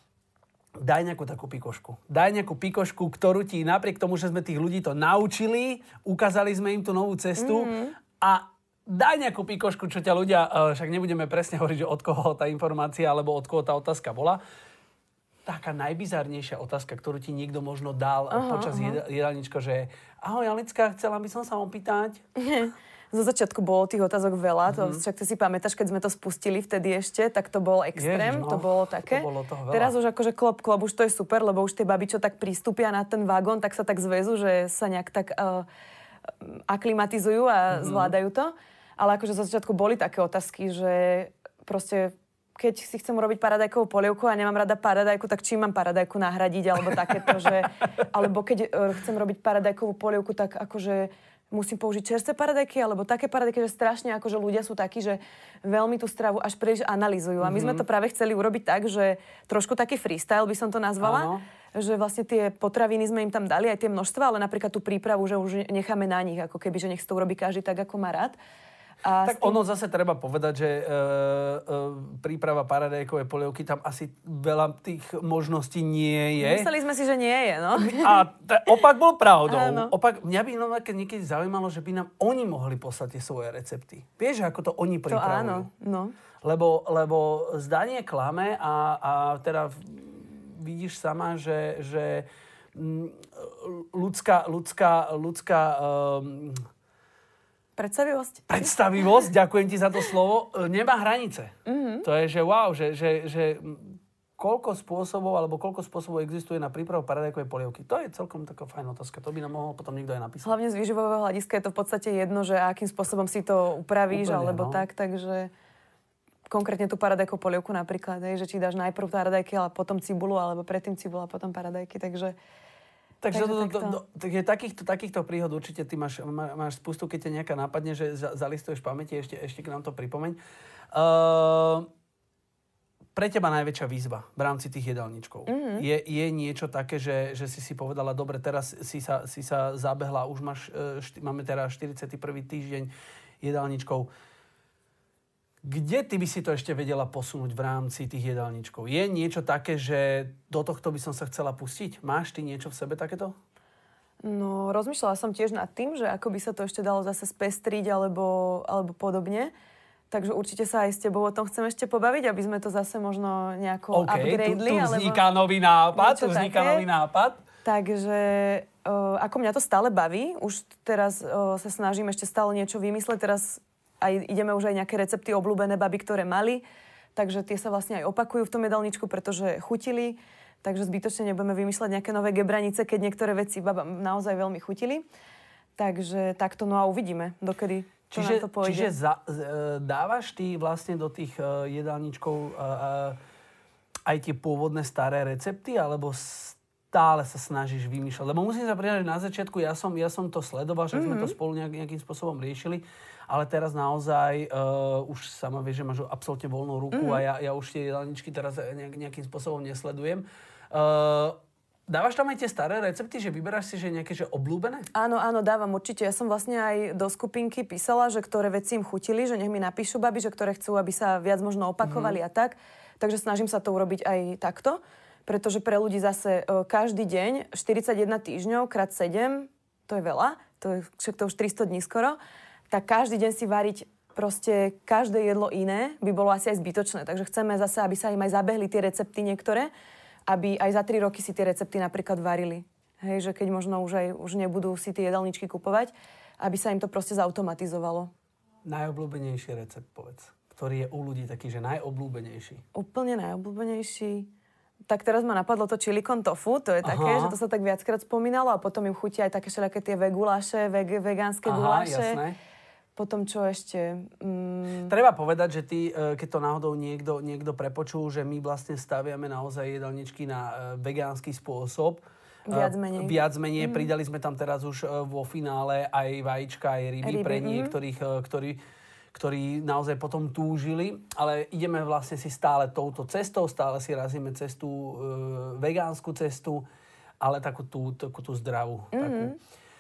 Daj nejakú takú pikošku. Daj nejakú pikošku, ktorú ti napriek tomu, že sme tých ľudí to naučili, ukázali sme im tú novú cestu a daj nejakú pikošku, čo ťa ľudia, však nebudeme presne hovoriť, že od koho tá informácia alebo od koho tá otázka bola. Taká najbizarnejšia otázka, ktorú ti niekto možno dal počas jedálnička, že ahoj Alicka, chcela by som sa opýtať. Zo začiatku bolo tých otázok veľa, však ty si pamätáš, keď sme to spustili vtedy ešte, tak to bol extrém, to bolo také. To bolo toho veľa. Teraz už akože klop, už to je super, lebo už tie baby, čo tak pristúpia na ten vagón, tak sa tak zväzú, že sa nejak tak aklimatizujú a zvládajú to. Ale akože zo začiatku boli také otázky, že proste keď si chcem urobiť paradajkovú polievku a nemám rada paradajku, tak čím mám paradajku nahradiť, alebo takéto, že... Alebo keď chcem robiť paradajkovú polievku, tak akože musím použiť čerstvé paradajky, alebo také paradajky, že strašne akože ľudia sú takí, že veľmi tú stravu až príliš analyzujú. A my sme to práve chceli urobiť tak, že trošku taký freestyle by som to nazvala. Že vlastne tie potraviny sme im tam dali, aj tie množstva, ale napríklad tú prípravu, že už necháme na nich, ako keby, že nech to urobí každý tak, ako má rád. Tak ono zase treba povedať, že príprava paradajkovej polievky tam asi veľa tých možností nie je. Mysleli sme si, že nie je, no. A opak bol pravdou. Mňa by niekedy zaujímalo, že by nám oni mohli poslať tie svoje recepty. Vieš, ako to oni pripravujú? To áno, no. Lebo zdanie klame a teda vidíš sama, že ľudská predstavivosť, ďakujem ti za to slovo, nemá hranice. To je, že wow, že koľko spôsobov existuje na prípravu paradajkovej polievky. To je celkom taká fajn otázka. To by nám mohol potom niekto aj napísať. Hlavne z výživového hľadiska je to v podstate jedno, že akým spôsobom si to upravíš, úplne, alebo tak, takže konkrétne tú paradajkovú polievku napríklad, že či dáš najprv paradajky, ale potom cibulu, alebo predtým cibulu a potom paradajky, takže takýchto príhod určite ty máš spustu, keď ťa nejaká nápadne, že zalistuješ v pamäti, ešte k nám to pripomeň. Pre teba najväčšia výzva v rámci tých jedálničkov je niečo také, že si povedala, dobre, teraz si sa zabehla, už máme teraz 41. týždeň jedálničkov. Kde ty by si to ešte vedela posunúť v rámci tých jedálničkov? Je niečo také, že do tohto by som sa chcela pustiť? Máš ty niečo v sebe takéto? No, rozmýšľala som tiež nad tým, že ako by sa to ešte dalo zase spestriť alebo podobne. Takže určite sa aj s tebou o tom chcem ešte pobaviť, aby sme to zase možno nejako upgradeli. Tu vzniká nový nápad. Takže ako mňa to stále baví, už teraz sa snažím ešte stále niečo vymysleť. Teraz ideme už aj nejaké recepty obľúbené baby, ktoré mali. Takže tie sa vlastne aj opakujú v tom jedálničku, pretože chutili. Takže zbytočne nebudeme vymýšľať nejaké nové gebranice, keď niektoré veci babám naozaj veľmi chutili. Takže takto, no a uvidíme, dokedy to na to pôjde. Čiže dávaš ty vlastne do tých jedálničkov aj tie pôvodné staré recepty, alebo stále sa snažíš vymýšľať? Lebo musím sa priznať, že na začiatku ja som to sledoval, že sme to spolu nejakým spôsobom riešili, ale teraz naozaj už sama vieš, že máš absolútne voľnú ruku a ja už tie jedálničky teraz nejakým spôsobom nesledujem. Dávaš tam aj tie staré recepty, že vyberáš si, že nejaké obľúbené? Áno, dávam určite. Ja som vlastne aj do skupinky písala, že ktoré veci im chutili, že nech mi napíšu baby, že ktoré chcú, aby sa viac možno opakovali a tak. Takže snažím sa to urobiť aj takto, pretože pre ľudí zase každý deň 41 týždňov krát 7, to je veľa, to už 300 dní skoro, tak každý deň si variť proste každé jedlo iné by bolo asi aj zbytočné. Takže chceme zase, aby sa im aj zabehli tie recepty niektoré, aby aj za 3 roky si tie recepty napríklad varili. Hej, že keď možno už nebudú si tie jedálničky kupovať, aby sa im to proste zautomatizovalo. Najobľúbenejší recept, povedz. Ktorý je u ľudí taký, že najobľúbenejší? Úplne najobľúbenejší. Tak teraz ma napadlo to chili con tofu, to je také, že to sa tak viackrát spomínalo a potom im chutí aj také všelijaké tie veguláše, vegánske guláše. Jasné. Potom čo ešte? Treba povedať, že ty, keď to náhodou niekto prepočul, že my vlastne staviame naozaj jedálničky na vegánsky spôsob. Viac menej. Pridali sme tam teraz už vo finále aj vajíčka, aj ryby pre niektorých, ktorí naozaj potom túžili. Ale ideme vlastne si stále touto cestou, stále si razíme cestu, vegánsku cestu, ale takú tú zdravú. Takú.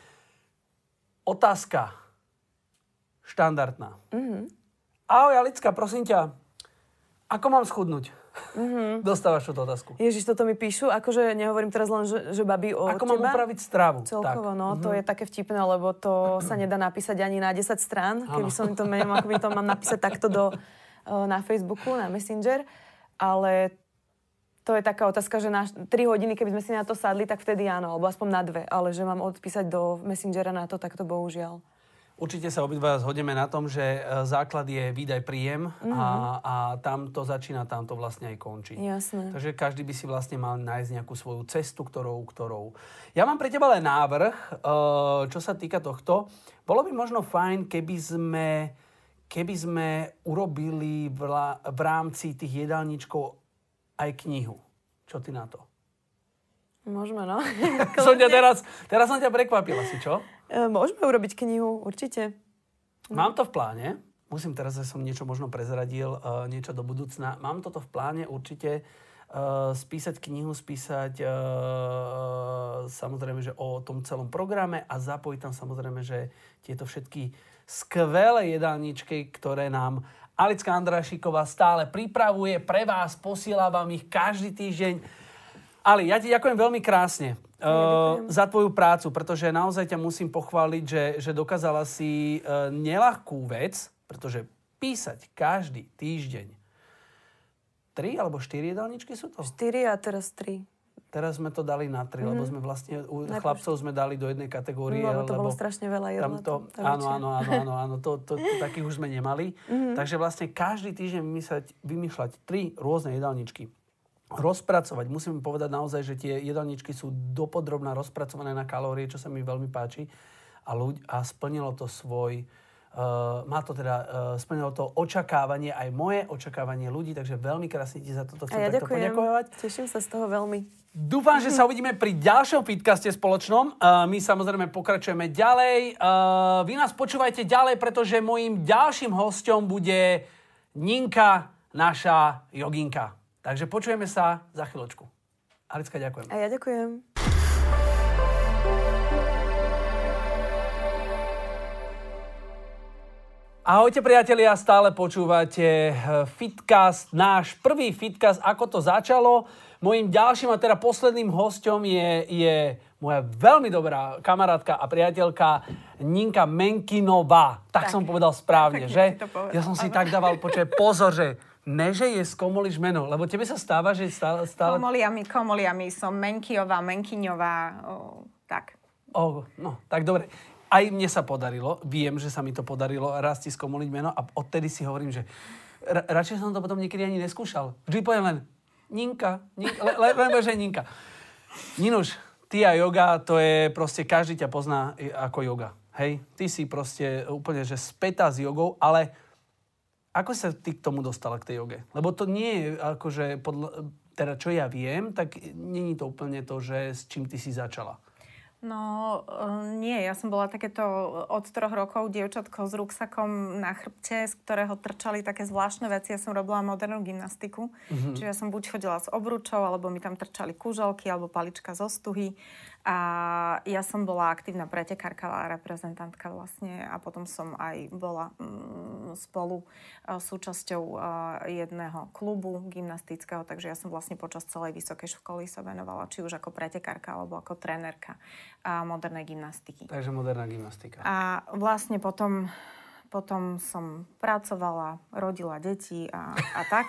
Otázka. Štandardná. Ahoj, Alicka, prosím ťa, ako mám schudnúť? Dostávaš túto otázku. Ježiš, toto mi píšu, akože nehovorím teraz len, že babi o ako teba. Ako mám upraviť stravu? Celkovo, tak. No, to je také vtipné, lebo to sa nedá napísať ani na 10 strán. Keby som to menom, ako by to mám napísať takto na Facebooku, na Messenger. Ale to je taká otázka, že na 3 hodiny, keby sme si na to sadli, tak vtedy áno, alebo aspoň na 2. Ale že mám odpísať do Messengera na to, tak to bohužiaľ. Určite sa obidva zhodneme na tom, že základ je výdaj príjem a tam to začína, tam to vlastne aj končí. Jasné. Takže každý by si vlastne mal nájsť nejakú svoju cestu, ktorou. Ja mám pre teba len návrh, čo sa týka tohto. Bolo by možno fajn, keby sme urobili v rámci tých jedálničkov aj knihu. Čo ty na to? Môžeme, no. Teraz som ťa prekvapila, si čo? Môžeme urobiť knihu, určite. Mám to v pláne. Musím teraz, že som niečo možno prezradil, niečo do budúcna. Mám toto v pláne určite spísať knihu, samozrejme, že o tom celom programe a zapojiť tam samozrejme, že tieto všetky skvelé jedálničky, ktoré nám Alicka Andrášiková stále pripravuje pre vás, posiela vám ich každý týždeň. Ali, ja ti ďakujem veľmi krásne za tvoju prácu, pretože naozaj ťa musím pochváliť, že dokázala si neľahkú vec, pretože písať každý týždeň 3 alebo 4 jedálničky sú to? 4 a teraz 3. Teraz sme to dali na 3, lebo sme vlastne chlapcov sme dali do jednej kategórie. Lebo to bolo strašne veľa jedla. Áno, takých už sme nemali. Takže vlastne každý týždeň vymýšľať 3 rôzne jedálničky. Rozpracovať. Musím povedať naozaj, že tie jedálničky sú dopodrobná rozpracované na kalórie, čo sa mi veľmi páči. A splnilo to splnilo to očakávanie, aj moje očakávanie ľudí, takže veľmi krásne ti za toto chcem takto poďakovať. Teším sa z toho veľmi. Dúfam, že sa uvidíme pri ďalšom Fitcaste spoločnom. My samozrejme pokračujeme ďalej. Vy nás počúvajte ďalej, pretože mojím ďalším hosťom bude Ninka, naša joginka. Takže počujeme sa za chvíľočku. Alicka, ďakujem. A ja ďakujem. Ahojte priatelia, stále počúvate Fitcast, náš prvý Fitcast, ako to začalo. Mojím ďalším a teda posledným hosťom je moja veľmi dobrá kamarátka a priateľka Ninka Menkinová. Tak som povedal správne, že? Ja som si tak dával pozor, že že je skomolíš meno, lebo tebe sa stáva, že stále... Komoliami. Som Menkiová, Menkiňová, tak. No, tak dobre. Aj mne sa podarilo, viem, že sa mi to podarilo raz ti skomoliť meno a odtedy si hovorím, že radšej som to potom niekedy ani neskúšal. Vždy poviem len Ninka, len že Ninka. Ninuš, ty a yoga, to je proste, každý ťa pozná ako yoga. Hej? Ty si proste úplne, že spätá s jogou, ale ako sa ty k tomu dostala, k tej joge? Lebo to nie je akože, teda čo ja viem, tak nie je to úplne to, že s čím ty si začala. No, nie. Ja som bola takéto od 3 rokov dievčatko s ruksakom na chrbte, z ktorého trčali také zvláštne veci. Ja som robila modernú gymnastiku. Čiže ja som buď chodila s obručou, alebo mi tam trčali kuželky, alebo palička zo stuhy. A ja som bola aktívna pretekárka a reprezentantka vlastne. A potom som aj bola spolu súčasťou jedného klubu gymnastického. Takže ja som vlastne počas celej vysokej školy sa venovala, či už ako pretekárka, alebo ako trénerka modernej gymnastiky. Takže moderná gymnastika. A vlastne potom som pracovala, rodila deti a tak.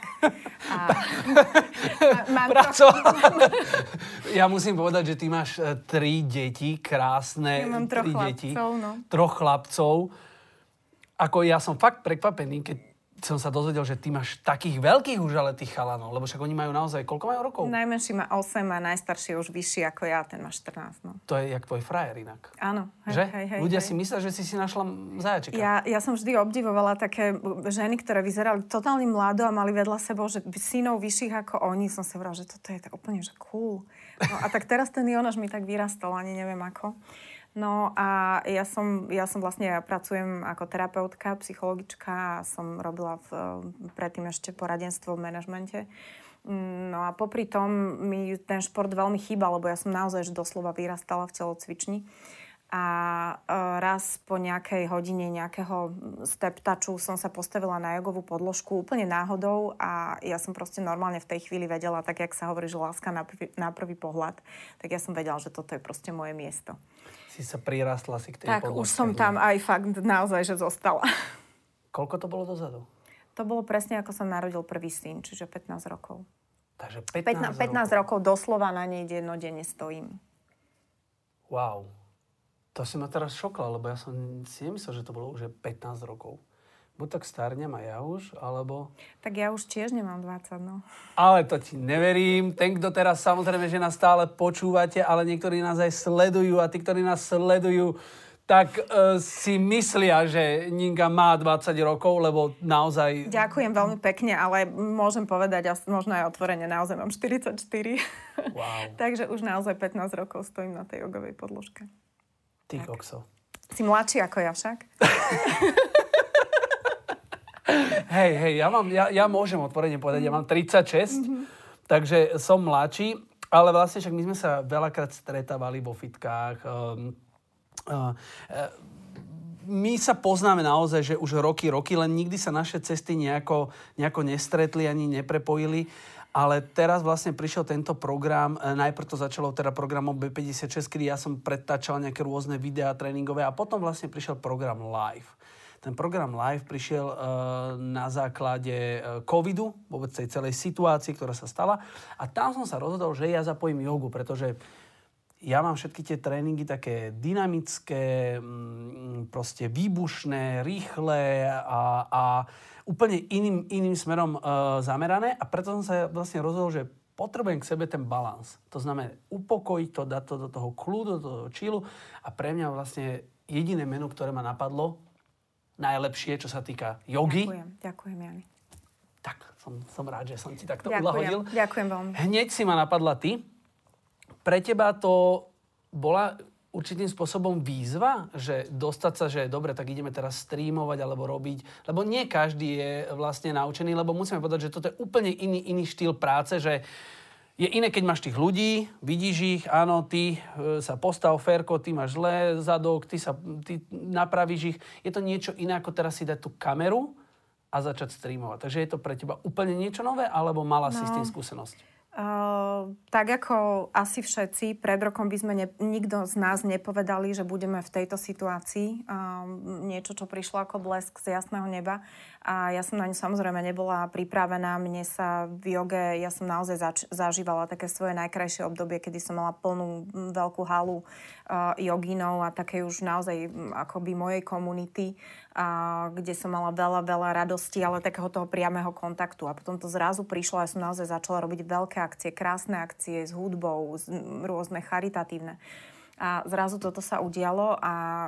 Ja musím povedať, že ty máš 3 deti, krásne. Ja mám 3 deti. Chlapcov, no. 3 chlapcov. Ako ja som fakt prekvapený, keď som sa dozvedel, že ty máš takých veľkých už ale tých chalanov, lebo však oni majú naozaj, koľko majú rokov? Najmenší má 8 a najstarší je už vyšší ako ja, ten má 14. No. To je jak tvoj frajer inak. Áno. Že? Ľudia si myslia, že si našla zajačika. Ja som vždy obdivovala také ženy, ktoré vyzerali totálne mlado a mali vedľa sebou, že synov vyšších ako oni. Som si hovorila, že toto je tak úplne že cool. No a tak teraz ten Jonáš mi tak vyrastol, ani neviem ako. No a ja pracujem ako terapeutka, psychologička a som robila predtým ešte poradenstvo v manažmente. No a popri tom mi ten šport veľmi chýba, lebo ja som naozaj doslova vyrastala v telocvični. A raz po nejakej hodine nejakého step touchu som sa postavila na jogovú podložku úplne náhodou a ja som proste normálne v tej chvíli vedela, tak jak sa hovorí, že láska na prvý pohľad, tak ja som vedela, že toto je proste moje miesto. Si sa prirastla si k tej podložke. Tak už som tam aj fakt naozaj, že zostala. Koľko to bolo dozadu? To bolo presne, ako sa narodil prvý syn, čiže 15 rokov. Takže 15 rokov doslova na nej dennodenne stojím. Wow. To si ma teraz šokla, lebo ja som si nemyslel, že to bolo už 15 rokov. Buď tak starnem a ja už, alebo... Tak ja už tiež nemám 20, no. Ale to ti neverím. Ten, kto teraz, samozrejme, že nás stále počúvate, ale niektorí nás aj sledujú a tí, ktorí nás sledujú, tak si myslia, že Ninka má 20 rokov, lebo naozaj... Ďakujem veľmi pekne, ale môžem povedať, možno aj otvorene, naozaj mám 44. Wow. Takže už naozaj 15 rokov stojím na tej jogovej podložke. Ty kokso. Si mladší ako ja však? Hej, ja môžem otvorene povedať, ja mám 36, takže som mladší, ale vlastne však my sme sa veľakrát stretávali vo fitkách. My sa poznáme naozaj, že už roky, len nikdy sa naše cesty nejako nestretli ani neprepojili. Ale teraz vlastne prišiel tento program, najprv to začalo teda programom B56, kedy ja som predtáčal nejaké rôzne videá tréningové a potom vlastne prišiel program Live. Ten program Live prišiel na základe covidu, vôbec tej celej situácii, ktorá sa stala a tam som sa rozhodol, že ja zapojím jogu, pretože ja mám všetky tie tréningy také dynamické, proste výbušné, rýchle a úplne iným smerom zamerané a preto som sa vlastne rozhodol, že potrebujem k sebe ten balans. To znamená upokojiť to, dať to do toho kľudu, do toho chillu a pre mňa vlastne jediné meno, ktoré ma napadlo, najlepšie, čo sa týka jogy. Ďakujem, Jani. Tak, som rád, že som ti takto uľahodil. Ďakujem veľmi. Hneď si ma napadla ty. Pre teba to bola určitým spôsobom výzva, že dostať sa, že dobre, tak ideme teraz streamovať alebo robiť, lebo nie každý je vlastne naučený, lebo musíme povedať, že toto je úplne iný štýl práce, že je iné, keď máš tých ľudí, vidíš ich, áno, ty sa postav, Ferko, ty máš zlé zadok, ty napravíš ich. Je to niečo iné, ako teraz si dať tú kameru a začať streamovať. Takže je to pre teba úplne niečo nové, alebo mala si s tým skúsenosť? Tak ako asi všetci, pred rokom by sme nikto z nás nepovedali, že budeme v tejto situácii. Niečo, čo prišlo ako blesk z jasného neba. A ja som na ňu samozrejme nebola pripravená. Mne sa v joge, ja som naozaj zažívala také svoje najkrajšie obdobie, kedy som mala plnú veľkú halu joginov a také už naozaj akoby mojej komunity, kde som mala veľa radosti, ale takého toho priamého kontaktu. A potom to zrazu prišlo a ja som naozaj začala robiť veľké akcie, krásne akcie s hudbou, rôzne charitatívne. A zrazu toto sa udialo a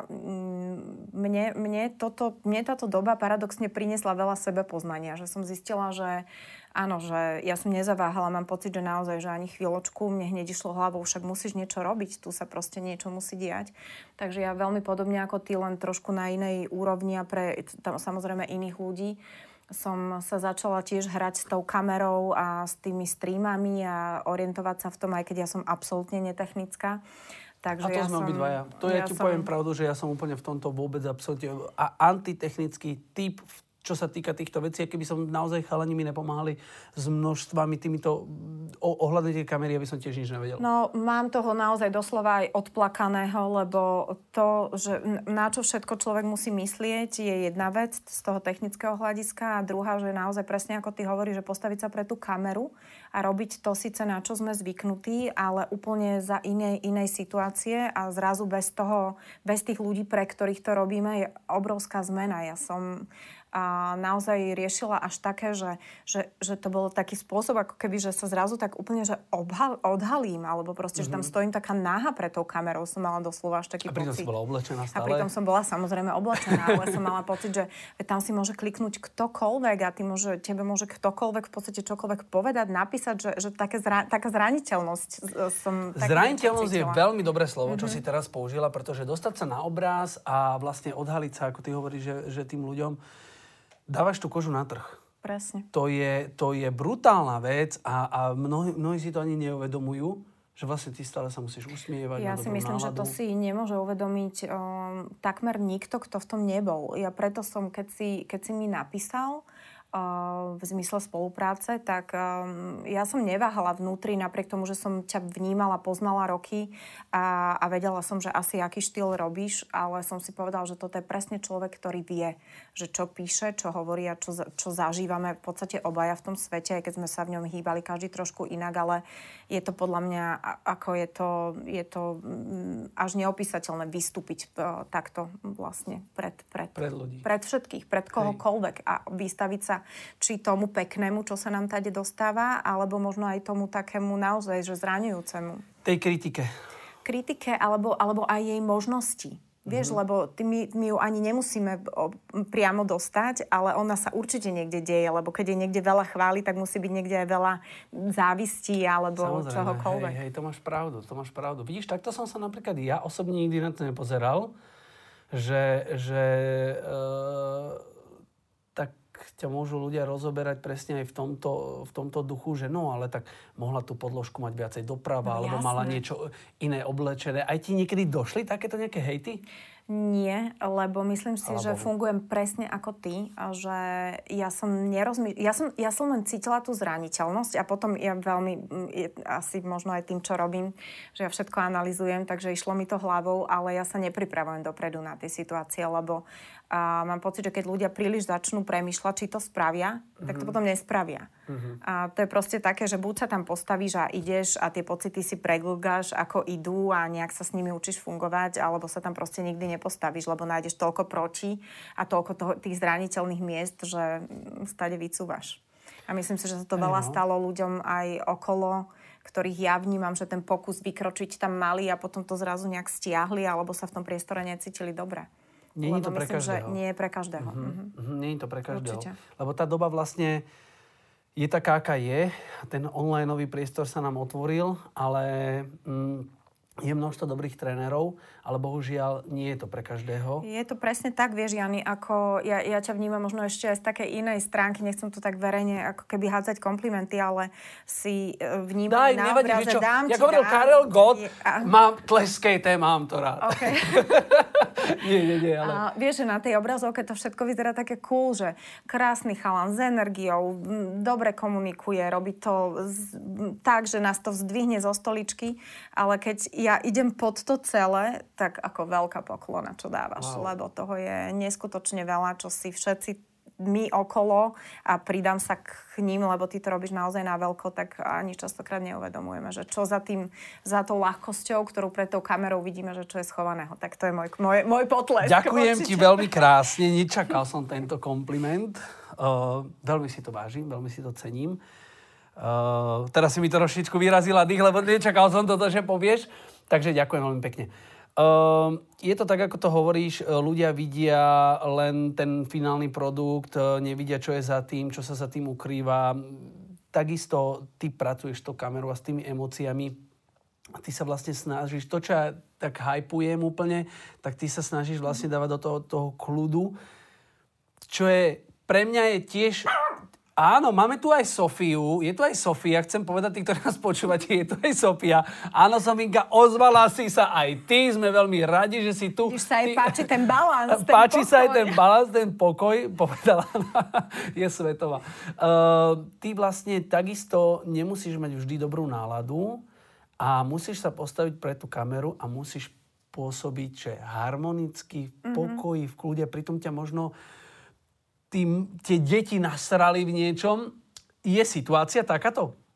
mne táto doba paradoxne priniesla veľa sebepoznania, že som zistila, že áno, že ja som nezaváhala, mám pocit, že naozaj, že ani chvíľočku mne hneď išlo hlavou, však musíš niečo robiť, tu sa proste niečo musí diať. Takže ja veľmi podobne ako ty, len trošku na inej úrovni a pre tam, samozrejme iných ľudí, som sa začala tiež hrať s tou kamerou a s tými streamami a orientovať sa v tom, aj keď ja som absolútne netechnická. Takže a to sme obidvaja. To ja ti poviem pravdu, že ja som úplne v tomto vôbec absolútne antitechnický typ, čo sa týka týchto vecí. Keby som naozaj chalani mi nepomáhali s množstvami týmito ohľadne tej kamery, aby som tiež nič nevedel. No, mám toho naozaj doslova aj odplakaného, lebo to, že na čo všetko človek musí myslieť, je jedna vec z toho technického hľadiska a druhá, že naozaj presne ako ty hovoríš, že postaviť sa pre tú kameru a robiť to síce na čo sme zvyknutí, ale úplne za inej situácie a zrazu bez tých ľudí, pre ktorých to robíme, je obrovská zmena. Ja som naozaj riešila až také, že to bol taký spôsob, ako keby, že sa zrazu tak úplne, že odhalím, alebo proste, že tam stojím taká náha pred tou kamerou, som mala doslova až taký pocit. A pritom si bola oblečená stále? A pritom som bola samozrejme oblečená, ale som mala pocit, že tam si môže kliknúť ktokoľvek a tebe môže ktokoľvek v podstate čokoľvek povedať, napísať, že taká zraniteľnosť som... Zraniteľnosť je veľmi dobré slovo, čo si teraz použila, pretože dostať sa na obráz a vlastne odhaliť sa, ako ty hovoríš, že tým ľuďom dávaš tú kožu na trh. Presne. To je brutálna vec a mnohí si to ani neuvedomujú, že vlastne ty stále sa musíš usmievať. Ja si myslím, že to si nemôže uvedomiť takmer nikto, kto v tom nebol. Ja preto som, keď si mi napísal v zmysle spolupráce, tak ja som neváhala vnútri, napriek tomu, že som ťa vnímala, poznala roky a vedela som, že asi aký štýl robíš, ale som si povedala, že toto je presne človek, ktorý vie, že čo píše, čo hovorí a čo zažívame v podstate obaja v tom svete, aj keď sme sa v ňom hýbali každý trošku inak, ale je to podľa mňa, ako je to až neopísateľné vystúpiť takto vlastne pred ľudí. Pred všetkých, pred kohokoľvek a vystaviť sa či tomu peknému, čo sa nám tady dostáva, alebo možno aj tomu takému naozaj, že zraňujúcemu. Tej kritike. Kritike, alebo aj jej možnosti. Vieš, lebo my ju ani nemusíme priamo dostať, ale ona sa určite niekde deje, lebo keď je niekde veľa chvály, tak musí byť niekde aj veľa závistí, alebo čohokoľvek. Hej, to máš pravdu. Vidíš, takto som sa napríklad ja osobne nikdy na to nepozeral, že ťa môžu ľudia rozoberať presne aj v tomto duchu, že no, ale tak mohla tú podložku mať viacej doprava, alebo mala niečo iné oblečené. Aj ti niekedy došli takéto nejaké hejty? Nie, lebo myslím si, že fungujem presne ako ty a že ja som len cítila tú zraniteľnosť a potom ja veľmi, asi možno aj tým, čo robím, že ja všetko analyzujem, takže išlo mi to hlavou, ale ja sa nepripravujem dopredu na tie situácie, lebo mám pocit, že keď ľudia príliš začnú premýšľať, či to spravia, tak to potom nespravia. A to je proste také, že buď sa tam postavíš a ideš a tie pocity si preglgáš, ako idú a nejak sa s nimi učíš fungovať, alebo sa tam proste nikdy nepostavíš, lebo nájdeš toľko proti a toľko tých zraniteľných miest, že stade vycúvaš. A myslím si, že sa to veľa stalo ľuďom aj okolo, ktorých ja vnímam, že ten pokus vykročiť tam mali a potom to zrazu nejak stiahli, alebo sa v tom priestore necítili dobre. Nie je to pre každého. Že nie je pre každého. Nie je to pre každého. Určite. Lebo tá doba vlastne je taká, aká je. Ten onlineový priestor sa nám otvoril, ale je množstvo dobrých trénerov, ale bohužiaľ nie je to pre každého. Je to presne tak, vieš, Jani, ako ja ťa vnímam možno ešte aj z takej inej stránky, nechcem to tak verejne ako keby hádzať komplimenty, ale si vnímam na obraze, dám ti. Jak hovoril Karel Gott, mám tleskejte, mám to rád. Okay. nie, ale... Vieš, že na tej obrazovke to všetko vyzerá také cool, že krásny chalan s energiou, dobre komunikuje, robí to tak, že nás to vzdvihne zo stoličky, ale keď ja idem pod to celé, tak ako veľká poklona, čo dávaš. Wow. Lebo toho je neskutočne veľa, čo si všetci my okolo a pridám sa k ním, lebo ty to robíš naozaj na veľko, tak ani častokrát neuvedomujeme, že čo za tou ľahkosťou, ktorú pred tou kamerou vidíme, že čo je schovaného. Tak to je môj potlesk. Ďakujem ti veľmi krásne. Nečakal som tento kompliment. Veľmi si to vážim, veľmi si to cením. Teraz si mi to trošičku vyrazila dých, lebo nečakal som toto, že povieš. Takže ďakujem veľmi pekne. Je to tak, ako to hovoríš, ľudia vidia len ten finálny produkt, nevidia, čo je za tým, čo sa za tým ukrýva. Takisto ty pracuješ s tou kamerou a s tými emóciami. A ty sa vlastne snažíš, to, čo ja tak hypujem úplne, tak ty sa snažíš vlastne dávať do toho kľudu, čo je, pre mňa je tiež... Áno, máme tu aj Sofiu. Je tu aj Sofia. Chcem povedať, tí, ktorí nás počúvate, je tu aj Sofia. Áno, Sofinka, ozvala si sa aj ty. Sme veľmi radi, že si tu. Už sa aj páči ten balans, ten páči pokoj. sa aj ten balans, ten pokoj. Povedala, je svetová. Ty vlastne takisto nemusíš mať vždy dobrú náladu a musíš sa postaviť pred tú kameru a musíš pôsobiť, že harmonicky, v pokoji, v kľude. Pritom ťa možno tie deti nasrali v niečom. Je situácia takáto?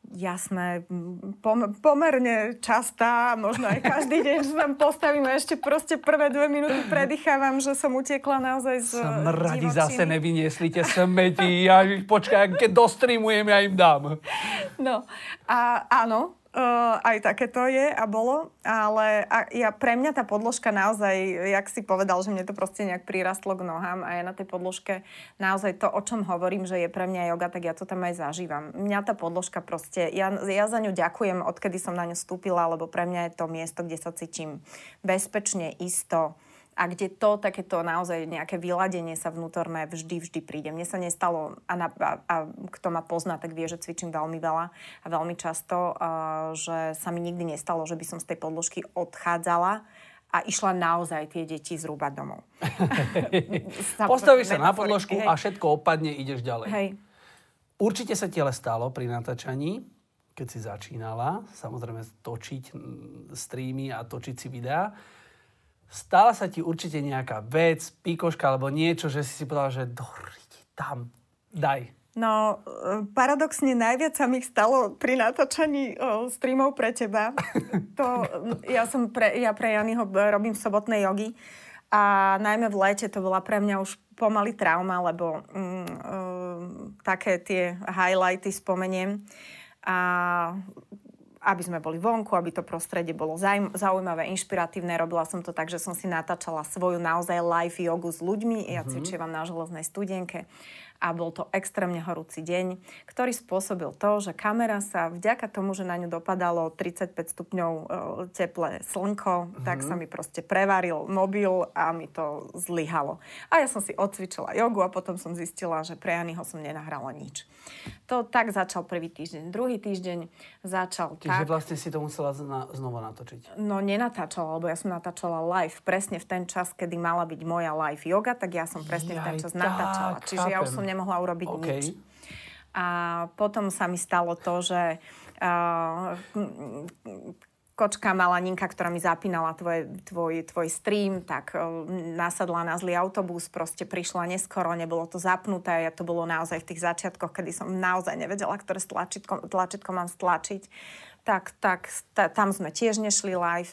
Jasné, pomerne častá, možno aj každý deň, že tam postavím a ešte proste prvé 2 minúty predýchávam, že som utiekla naozaj z Smradi divočiny. zase nevyniesli tie smeti. Ja počkaj, keď dostreamujem, ja im dám. No a áno, aj takéto je a bolo, ale pre mňa tá podložka naozaj, jak si povedal, že mne to proste nejak prirastlo k nohám a ja na tej podložke naozaj to, o čom hovorím, že je pre mňa yoga, tak ja to tam aj zažívam. Mňa tá podložka proste, ja za ňu ďakujem, odkedy som na ňu vstúpila, lebo pre mňa je to miesto, kde sa cítim bezpečne, isto, a kde to takéto naozaj nejaké vyladenie sa vnútorné vždy príde. Mne sa nestalo, a kto ma pozná, tak vie, že cvičím veľmi veľa a veľmi často, že sa mi nikdy nestalo, že by som z tej podložky odchádzala a išla naozaj tie deti zrúbať domov. Postavíš sa na podložku a všetko opadne, ideš ďalej. Hej. Určite sa ti ale stalo pri natáčaní, keď si začínala, samozrejme točiť streamy a točiť si videá. Stala sa ti určite nejaká vec, pikoška alebo niečo, že si povedala, že tam, daj. No, paradoxne najviac sa mi stalo pri natáčaní streamov pre teba. Ja pre Janyho robím sobotné jogy a najmä v lete to bola pre mňa už pomaly trauma, lebo také tie highlighty spomeniem. A aby sme boli vonku, aby to prostredie bolo zaujímavé, inšpiratívne. Robila som to tak, že som si natáčala svoju naozaj live jogu s ľuďmi. Ja cvičievam na železnej studienke. A bol to extrémne horúci deň, ktorý spôsobil to, že kamera sa vďaka tomu, že na ňu dopadalo 35 stupňov teplé slnko, tak sa mi proste prevaril mobil a mi to zlyhalo. A ja som si odcvičila jogu a potom som zistila, že pre Janyho som nenahrala nič. To tak začal prvý týždeň. Druhý týždeň začal Čiže vlastne si to musela znova natočiť? No nenatáčala, lebo ja som natáčala live presne v ten čas, kedy mala byť moja live yoga, tak ja som presne v ten čas natáčala. Čiže ja už som nemohla urobiť nič. A potom sa mi stalo to, že kočka malá Ninka, ktorá mi zapínala tvoj stream, tak nasadla na zlý autobus, proste prišla neskoro, nebolo to zapnuté. To bolo naozaj v tých začiatkoch, kedy som naozaj nevedela, ktoré tlačítko mám stlačiť. Tak tam sme tiež nešli live.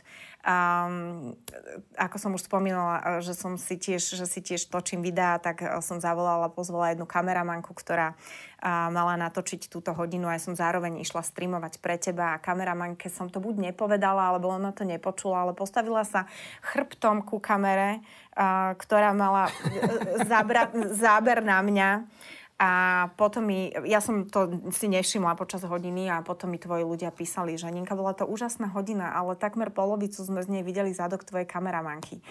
Ako som už spomínala, že si tiež točím videá, tak som pozvala jednu kameramanku, ktorá mala natočiť túto hodinu a ja som zároveň išla streamovať pre teba a kameramanke som to buď nepovedala, alebo ona to nepočula, ale postavila sa chrbtom ku kamere, ktorá mala záber na mňa. A potom ja som to si nevšimla počas hodiny a potom mi tvoji ľudia písali, že Ninka, bola to úžasná hodina, ale takmer polovicu sme z nej videli zadok tvojej kameramanky.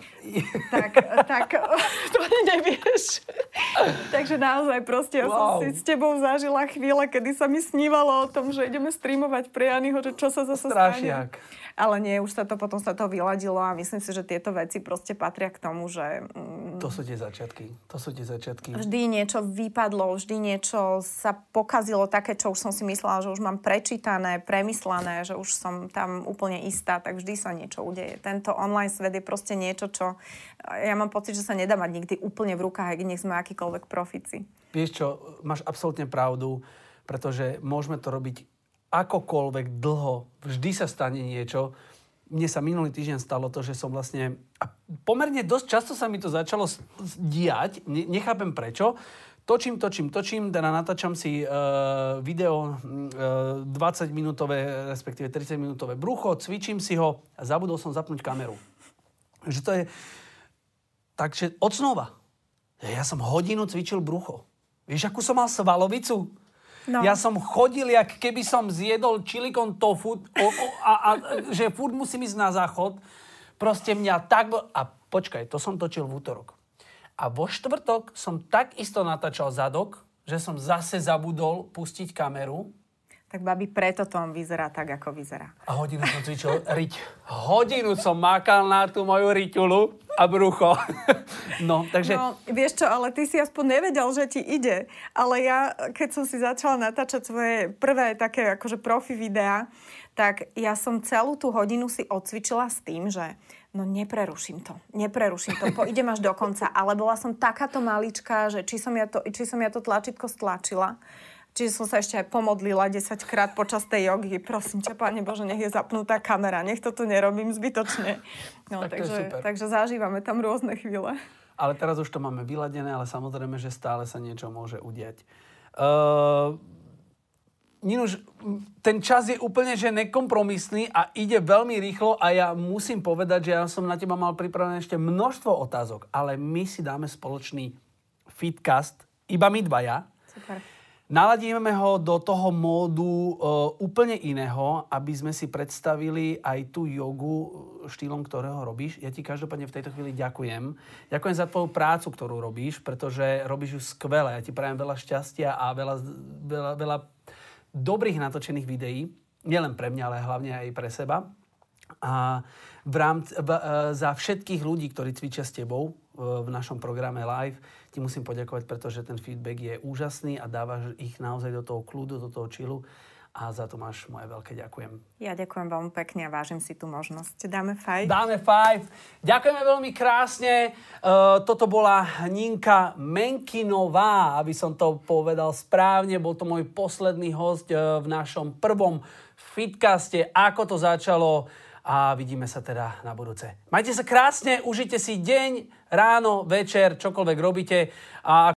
Tak to nevieš. Takže naozaj proste ja som si s tebou zažila chvíle, kedy sa mi snívalo o tom, že ideme streamovať pre Janyho, že čo sa zase stane. Ale nie, už potom sa to vyladilo a myslím si, že tieto veci proste patria k tomu, že... To sú tie začiatky. Vždy niečo vypadlo, vždy niečo sa pokazilo také, čo už som si myslela, že už mám prečítané, premyslené, že už som tam úplne istá, tak vždy sa niečo udeje. Tento online svet je proste niečo, čo ja mám pocit, že sa nedá mať nikdy úplne v rukách, aj nech sme akýkoľvek profíci. Vieš čo, máš absolútne pravdu, pretože môžeme to robiť akokoľvek dlho, vždy sa stane niečo. Mne sa minulý týždeň stalo to, že som vlastne... A pomerne dosť často sa mi to začalo diať, nechápem prečo. Točím, teda natáčam si video 20-minútové, respektíve 30-minútové brucho, cvičím si ho a zabudol som zapnúť kameru. Že to je... Takže od znova. Ja som hodinu cvičil brucho. Vieš, akú som mal svalovicu? No. Ja som chodil, jak keby som zjedol čilikon tofu a že furt musím ísť na záchod. Proste mňa tak... A počkaj, to som točil v útorok. A vo štvrtok som takisto natáčal zadok, že som zase zabudol pustiť kameru. Tak babi, preto to on vyzerá tak, ako vyzerá. A hodinu som cvičil riť. Hodinu som mákal na tú moju riťulu a brucho. No, takže... No, vieš čo, ale ty si aspoň nevedel, že ti ide. Ale ja, keď som si začala natáčať svoje prvé také akože profi videá, tak ja som celú tú hodinu si odcvičila s tým, že no nepreruším to, idem až do konca. Ale bola som takáto malička, že či som ja to tlačítko stlačila, Čiže som sa ešte aj pomodlila 10-krát počas tej jogy. Prosím ťa, Pane Bože, nech je zapnutá kamera, nech to tu nerobím zbytočne. No, takže zažívame tam rôzne chvíle. Ale teraz už to máme vyladené, ale samozrejme, že stále sa niečo môže udiať. Ninuš, ten čas je úplne že nekompromisný a ide veľmi rýchlo a ja musím povedať, že ja som na teba mal pripravené ešte množstvo otázok, ale my si dáme spoločný Fitcast, iba my dvaja. Super. Naladíme ho do toho módu úplne iného, aby sme si predstavili aj tú jogu štýlom, ktorého robíš. Ja ti každopádne v tejto chvíli ďakujem. Ďakujem za tvoju prácu, ktorú robíš, pretože robíš ju skvele. Ja ti prajem veľa šťastia a veľa dobrých natočených videí. Nielen pre mňa, ale hlavne aj pre seba. A za všetkých ľudí, ktorí cvičia s tebou v našom programe live, ti musím poďakovať, pretože ten feedback je úžasný a dávaš ich naozaj do toho kľudu, do toho chillu a za to máš moje veľké ďakujem. Ja ďakujem veľmi pekne a vážim si tú možnosť. Dáme 5? Dáme 5. Ďakujeme veľmi krásne. Toto bola Ninka Menkinová, aby som to povedal správne. Bol to môj posledný host v našom prvom Fitcaste. Ako to začalo? A vidíme sa teda na budúce. Majte sa krásne, užite si deň, ráno, večer, čokoľvek robíte. A